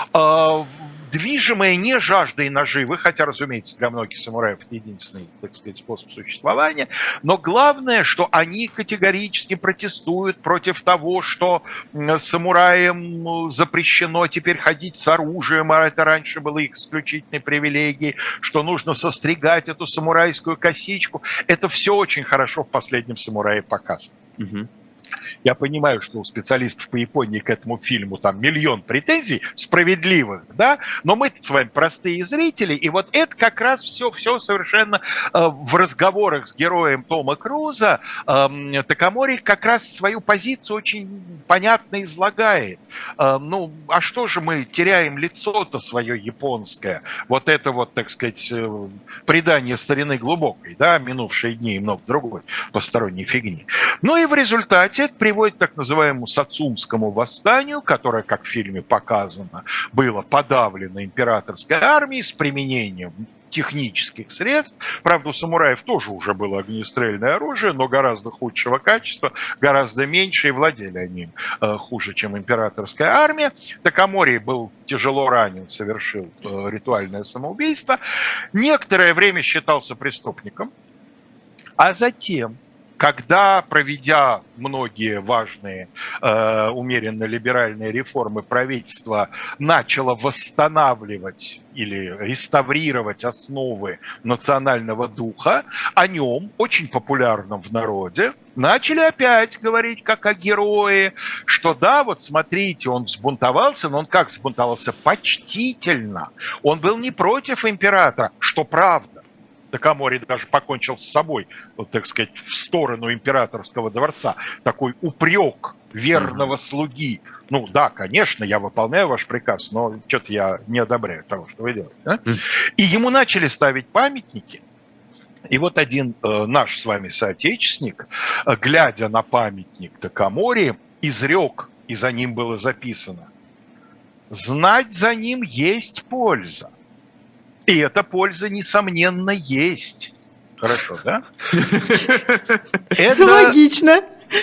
движимая не жаждой наживы, хотя, разумеется, для многих самураев это единственный, так сказать, способ существования, но главное, что они категорически протестуют против того, что самураям запрещено теперь ходить с оружием, а это раньше было их исключительной привилегией, что нужно состригать эту самурайскую косичку. Это все очень хорошо в «Последнем самурае» показано. Я понимаю, что у специалистов по Японии к этому фильму там миллион претензий, справедливых, да, но мы с вами простые зрители, и вот это как раз все совершенно в разговорах с героем Тома Круза Такамори как раз свою позицию очень понятно излагает. Ну, а что же мы теряем лицо-то свое японское? Вот это вот, так сказать, предание старины глубокой, да, минувшие дни и много другой посторонней фигни. Ну и в результате это приводит к так называемому Сацумскому восстанию, которое, как в фильме показано, было подавлено императорской армией с применением технических средств. Правда, у самураев тоже уже было огнестрельное оружие, но гораздо худшего качества, гораздо меньше, и владели они им хуже, чем императорская армия. Такамори был тяжело ранен, совершил ритуальное самоубийство. Некоторое время считался преступником, а затем, когда, проведя многие важные умеренно-либеральные реформы, правительство начало восстанавливать или реставрировать основы национального духа, о нем, очень популярном в народе, начали опять говорить как о герое, что да, вот смотрите, он взбунтовался, но он как взбунтовался? Почтительно. Он был не против императора, что правда. Такамори даже покончил с собой, вот, так сказать, в сторону императорского дворца. Такой упрек верного слуги. Ну да, конечно, я выполняю ваш приказ, но что-то я не одобряю того, что вы делаете. Да? И ему начали ставить памятники. И вот один наш с вами соотечественник, глядя на памятник Такамори, изрек, и за ним было записано: «Знать за ним есть польза». И эта польза, несомненно, есть. Хорошо, да? Это логично.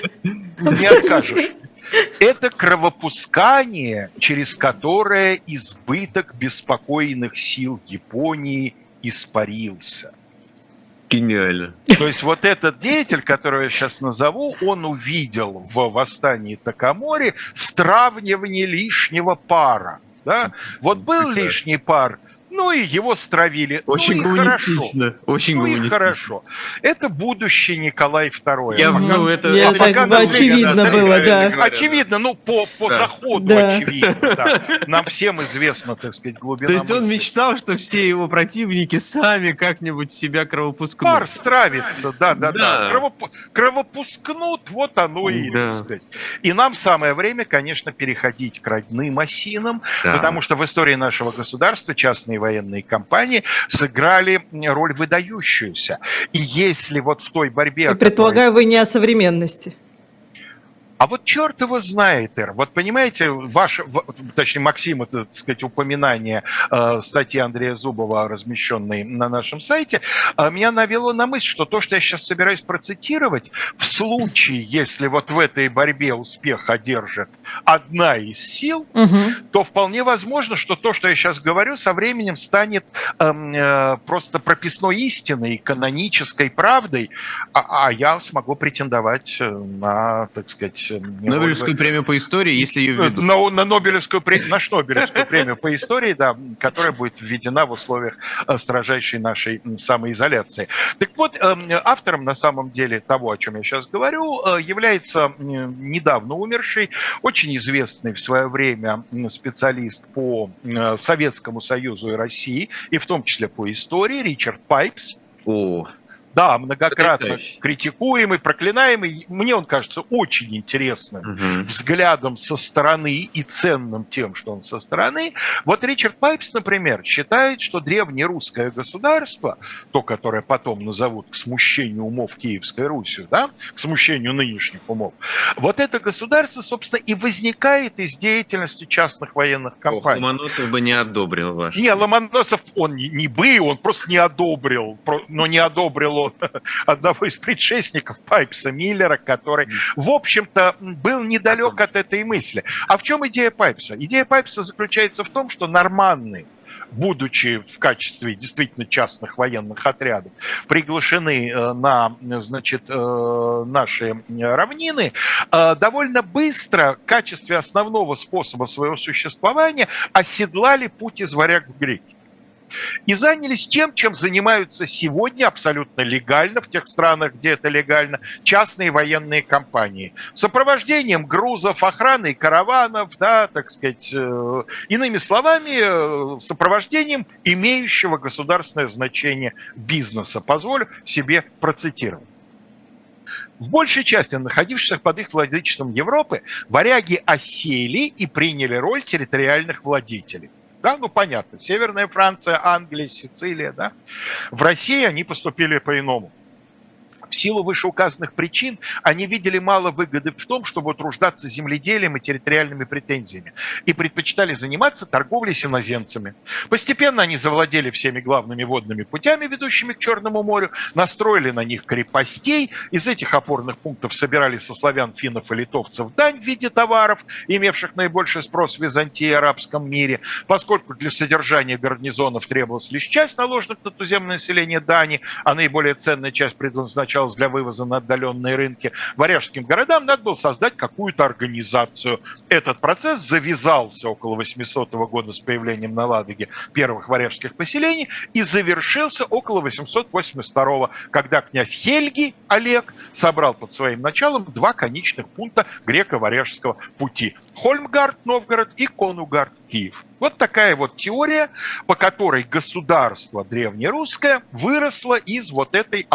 Не откажешь. Это кровопускание, через которое избыток беспокойных сил Японии испарился. Гениально. То есть вот этот деятель, которого я сейчас назову, он увидел в восстании Такамори стравнивание лишнего пара. Да? Вот был лишний пар, ну и его стравили. Очень гуманистично. Очень гуманистично. Хорошо. Это будущий Николай II. Это как бы очевидно было, да. Очевидно, ну по заходу очевидно. Да. Нам всем известно, так сказать, глубина мысли. То есть мысли. он мечтал, что все его противники сами как-нибудь себя кровопускнут. Пар стравится, да. Кровопускнут, вот оно и, так сказать. И нам самое время, конечно, переходить к родным осинам, потому что в истории нашего государства частные военные компании сыграли роль выдающуюся. И если вот в той борьбе... И предполагаю, вы не о современности. А вот черт его знает, Эр. Вот понимаете, точнее, Максима, так сказать, упоминание статьи Андрея Зубова, размещенной на нашем сайте, меня навело на мысль, что то, что я сейчас собираюсь процитировать, в случае, если вот в этой борьбе успех одержит одна из сил, то вполне возможно, что то, что я сейчас говорю, со временем станет просто прописной истиной, канонической правдой, а я смогу претендовать на, так сказать, Нобелевскую премию по истории, если ее введут. На Нобелевскую премию по истории, да, которая будет введена в условиях строжайшей нашей самоизоляции. Так вот, автором на самом деле того, о чем я сейчас говорю, является недавно умерший, очень известный в свое время специалист по Советскому Союзу и России, и в том числе по истории, Ричард Пайпс. Да, многократно критикуемый, проклинаемый. Мне он кажется очень интересным взглядом со стороны и ценным тем, что он со стороны. Вот Ричард Пайпс, например, считает, что древнерусское государство, то, которое потом назовут к смущению умов Киевской Руси, да, к смущению нынешних умов, вот это государство, собственно, и возникает из деятельности частных военных компаний. Ломоносов бы не одобрил ваш. Не, Ломоносов, он он просто не одобрил, но не одобрил одного из предшественников Пайпса, Миллера, который, в общем-то, был недалек от этой мысли. А в чем идея Пайпса? Идея Пайпса заключается в том, что норманны, будучи в качестве действительно частных военных отрядов, приглашены на, значит, наши равнины, довольно быстро в качестве основного способа своего существования оседлали путь из варяг в греки. И занялись тем, чем занимаются сегодня абсолютно легально, в тех странах, где это легально, частные военные компании. Сопровождением грузов, охраной караванов, да, так сказать, иными словами, сопровождением имеющего государственное значение бизнеса. Позволю себе процитировать. В большей части находившихся под их владычеством Европы варяги осели и приняли роль территориальных владетелей. Да, ну понятно, Северная Франция, Англия, Сицилия, да. В России они поступили по-иному. В силу вышеуказанных причин они видели мало выгоды в том, чтобы утруждаться земледелием и территориальными претензиями, и предпочитали заниматься торговлей с иноземцами. Постепенно они завладели всеми главными водными путями, ведущими к Черному морю, настроили на них крепостей, из этих опорных пунктов собирали со славян, финнов и литовцев дань в виде товаров, имевших наибольший спрос в Византии и арабском мире. Поскольку для содержания гарнизонов требовалась лишь часть наложенных на туземное население дани, а наиболее ценная часть предназначалась для вывоза на отдаленные рынки, варяжским городам надо было создать какую-то организацию. Этот процесс завязался около 800 года с появлением на Ладоге первых варяжских поселений и завершился около 882, когда князь Хельги Олег собрал под своим началом два конечных пункта греко-варяжского пути – Хольмгард, Новгород, и Конугард, Киев. Вот такая вот теория, по которой государство древнерусское выросло из вот этой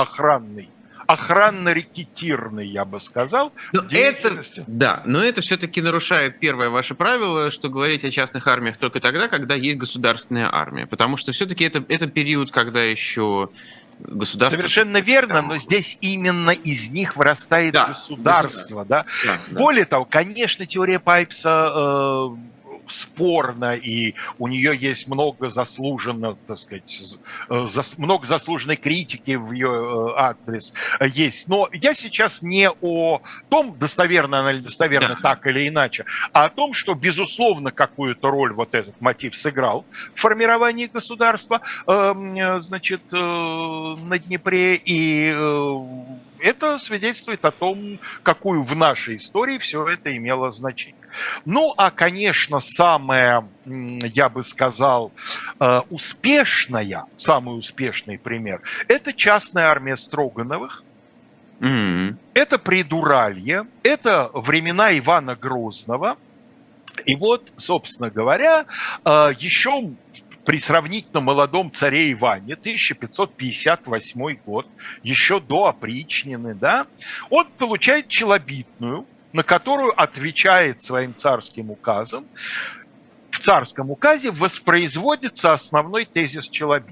охранно-рекетирной, я бы сказал, деятельности. Но это все-таки нарушает первое ваше правило, что говорить о частных армиях только тогда, когда есть государственная армия. Потому что все-таки это период, когда еще государство... Совершенно верно, но здесь именно из них вырастает государство. Да? Более того, конечно, теория Пайпса спорно, и у нее есть много заслуженно, так сказать, много заслуженной критики в ее адрес есть. Но я сейчас не о том, достоверно она или недостоверно, так или иначе, а о том, что, безусловно, какую-то роль вот этот мотив сыграл в формировании государства, значит, на Днепре, и это свидетельствует о том, какую в нашей истории все это имело значение. Ну, а, конечно, самое, я бы сказал, самый успешный пример – это частная армия Строгановых. Это Придуралье, это времена Ивана Грозного. И вот, собственно говоря, еще при сравнительно молодом царе Иване, 1558 год, еще до опричнины, да, он получает челобитную, на которую отвечает своим царским указом. В царском указе воспроизводится основной тезис челобитной.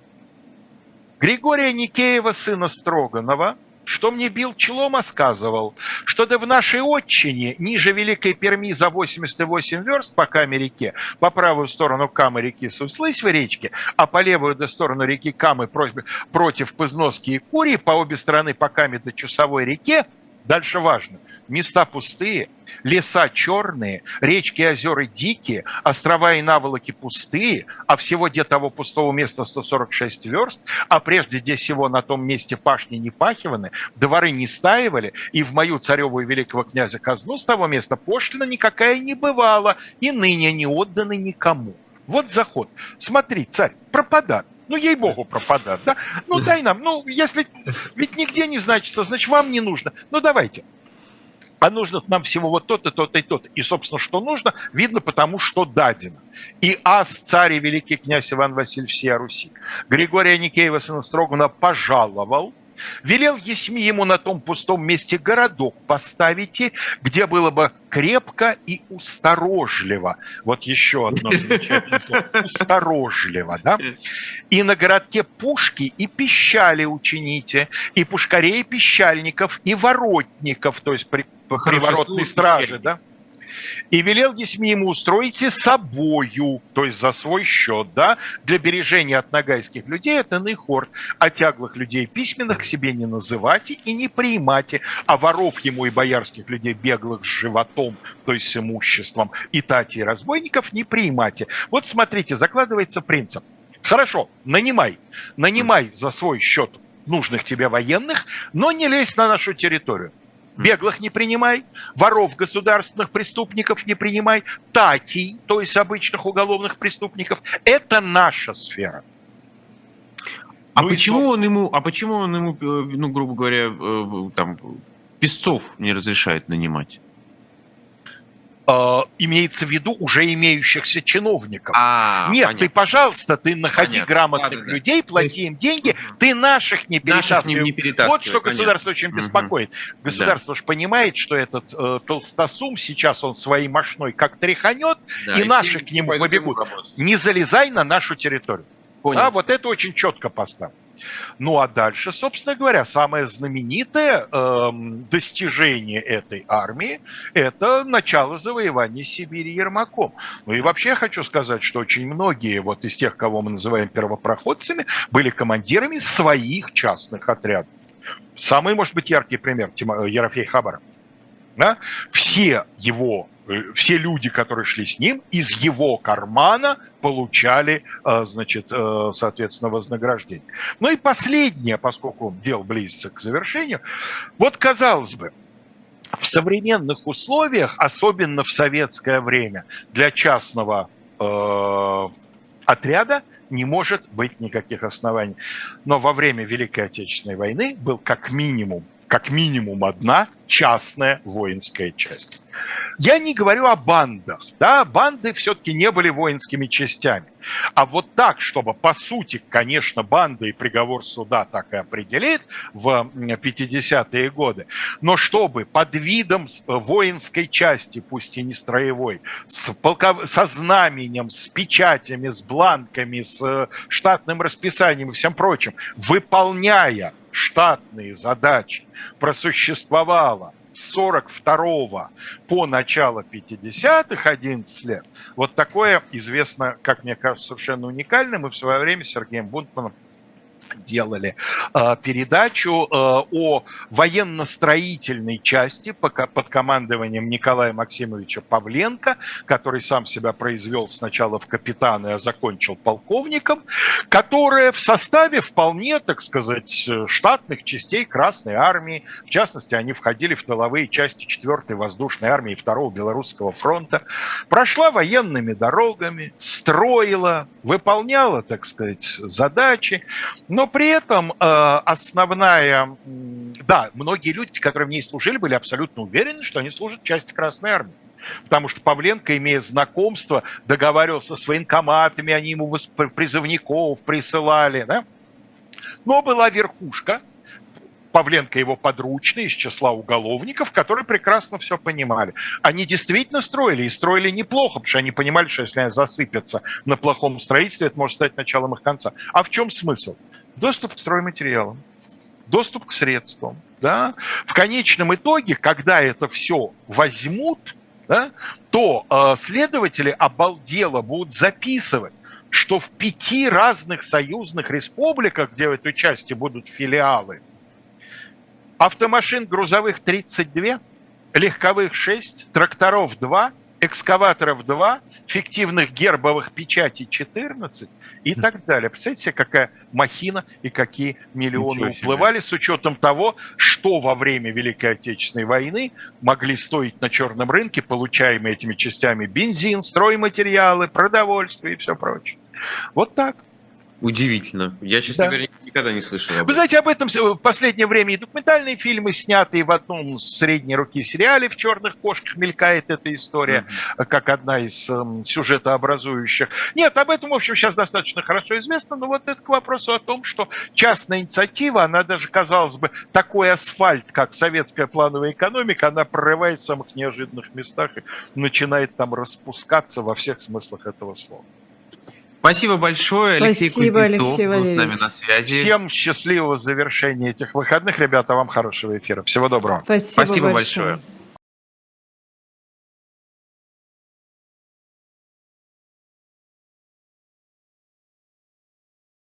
Григория Никеева, сына Строганова, что мне бил челом, а сказывал, что да в нашей отчине, ниже Великой Перми за 88 верст по Каме-реке, по правую сторону Камы-реки Суслысь в речке, а по левую сторону реки Камы против Пызноски и Курии, по обе стороны по Каме до Чусовой реке, дальше важно, места пустые, леса черные, речки и озера дикие, острова и наволоки пустые, а всего где того пустого места 146 верст, а прежде где всего на том месте пашни не пахиваны, дворы не стаивали, и в мою цареву и великого князя казну с того места пошлина никакая не бывала, и ныне не отданы никому. Вот заход. Смотри, царь, пропадат. Ну, ей-богу, пропадат, да? Ну, дай нам, ну, если ведь нигде не значится, значит, вам не нужно. Ну, давайте. А нужно нам всего вот то-то, то-то и то-то. И, собственно, что нужно, видно потому, что дадено. И царь и великий князь Иван Васильевич всея Руси Григория Никеева, сына Строгана, пожаловал, велел есми ему на том пустом месте городок поставите, где было бы крепко и усторожливо. Вот еще одно замечательное слово. Усторожливо, да? И на городке пушки и пищали учините, и пушкарей, и пищальников, и воротников, то есть приворотной стражи, да? И велел есми ему устроите собою, то есть за свой счет, да, для бережения от нагайских людей от иных орд, а тяглых людей письменных к себе не называйте и не приимайте, а воров ему и боярских людей беглых с животом, то есть с имуществом, и тати и разбойников не приимайте. Вот смотрите, закладывается принцип. Хорошо, нанимай за свой счет нужных тебе военных, но не лезь на нашу территорию. Беглых не принимай, воров государственных преступников не принимай, татей, то есть обычных уголовных преступников. Это наша сфера. Почему он ему, ну, грубо говоря, там, песцов не разрешает нанимать? Имеется в виду уже имеющихся чиновников. Нет, понятно. Ты, пожалуйста, ты находи грамотных людей, плати им деньги, ты наших не перетаскивай. Вот что государство очень беспокоит. Государство же понимает, что этот толстосум, сейчас он своей мощной как тряханет, и наших к нему побегут. Не залезай на нашу территорию. Да, вот это очень четко поставлено. Ну а дальше, собственно говоря, самое знаменитое достижение этой армии – это начало завоевания Сибири Ермаком. Ну и вообще я хочу сказать, что очень многие вот из тех, кого мы называем первопроходцами, были командирами своих частных отрядов. Самый, может быть, яркий пример – Ерофей Хабаров. Да? Все люди, которые шли с ним, из его кармана получали, значит, соответственно, вознаграждение. Ну и последнее, поскольку дело близится к завершению, вот, казалось бы, в современных условиях, особенно в советское время, для частного отряда не может быть никаких оснований. Но во время Великой Отечественной войны был как минимум одна частная воинская часть. Я не говорю о бандах, да, банды все-таки не были воинскими частями. А вот так, чтобы, по сути, конечно, банда и приговор суда так и определит в 50-е годы, но чтобы под видом воинской части, пусть и не строевой, со знаменем, с печатями, с бланками, с штатным расписанием и всем прочим, выполняя штатные задачи, просуществовала с 42 по начало 50-х, 11 лет, вот такое известно, как мне кажется, совершенно уникальным. Мы в свое время с Сергеем Бунтманом делали передачу о военно-строительной части под командованием Николая Максимовича Павленко, который сам себя произвел сначала в капитана, а закончил полковником, которая в составе вполне, так сказать, штатных частей Красной Армии, в частности, они входили в тыловые части 4-й воздушной армии 2-го Белорусского фронта, прошла военными дорогами, строила, выполняла, так сказать, задачи, но при этом основная... Да, многие люди, которые в ней служили, были абсолютно уверены, что они служат в части Красной Армии. Потому что Павленко, имея знакомство, договаривался с военкоматами, они ему призывников присылали. Да? Но была верхушка, Павленко его подручный из числа уголовников, которые прекрасно все понимали. Они действительно строили, и строили неплохо, потому что они понимали, что если они засыпятся на плохом строительстве, это может стать началом их конца. А в чем смысл? Доступ к стройматериалам, доступ к средствам. Да? В конечном итоге, когда это все возьмут, да, то следователи обалдело будут записывать, что в 5 разных союзных республиках, где в этой части будут филиалы, автомашин грузовых 32, легковых 6, тракторов 2, экскаваторов 2, фиктивных гербовых печатей 14 и так далее. Представляете себе, какая махина и какие миллионы уплывали с учетом того, что во время Великой Отечественной войны могли стоить на черном рынке, получаемые этими частями бензин, стройматериалы, продовольствие и все прочее. Вот так. Удивительно. Я, честно говоря, никогда не слышал об этом. Вы знаете, об этом в последнее время и документальные фильмы, снятые в одном средней руки сериале «В черных кошках» мелькает эта история, как одна из сюжетообразующих. Нет, об этом, в общем, сейчас достаточно хорошо известно, но вот это к вопросу о том, что частная инициатива, она даже, казалось бы, такой асфальт, как советская плановая экономика, она прорывает в самых неожиданных местах и начинает там распускаться во всех смыслах этого слова. Спасибо большое, Алексей Кузнецов Алексей был с нами на связи. Всем счастливого завершения этих выходных. Ребята, вам хорошего эфира. Всего доброго. Спасибо большое.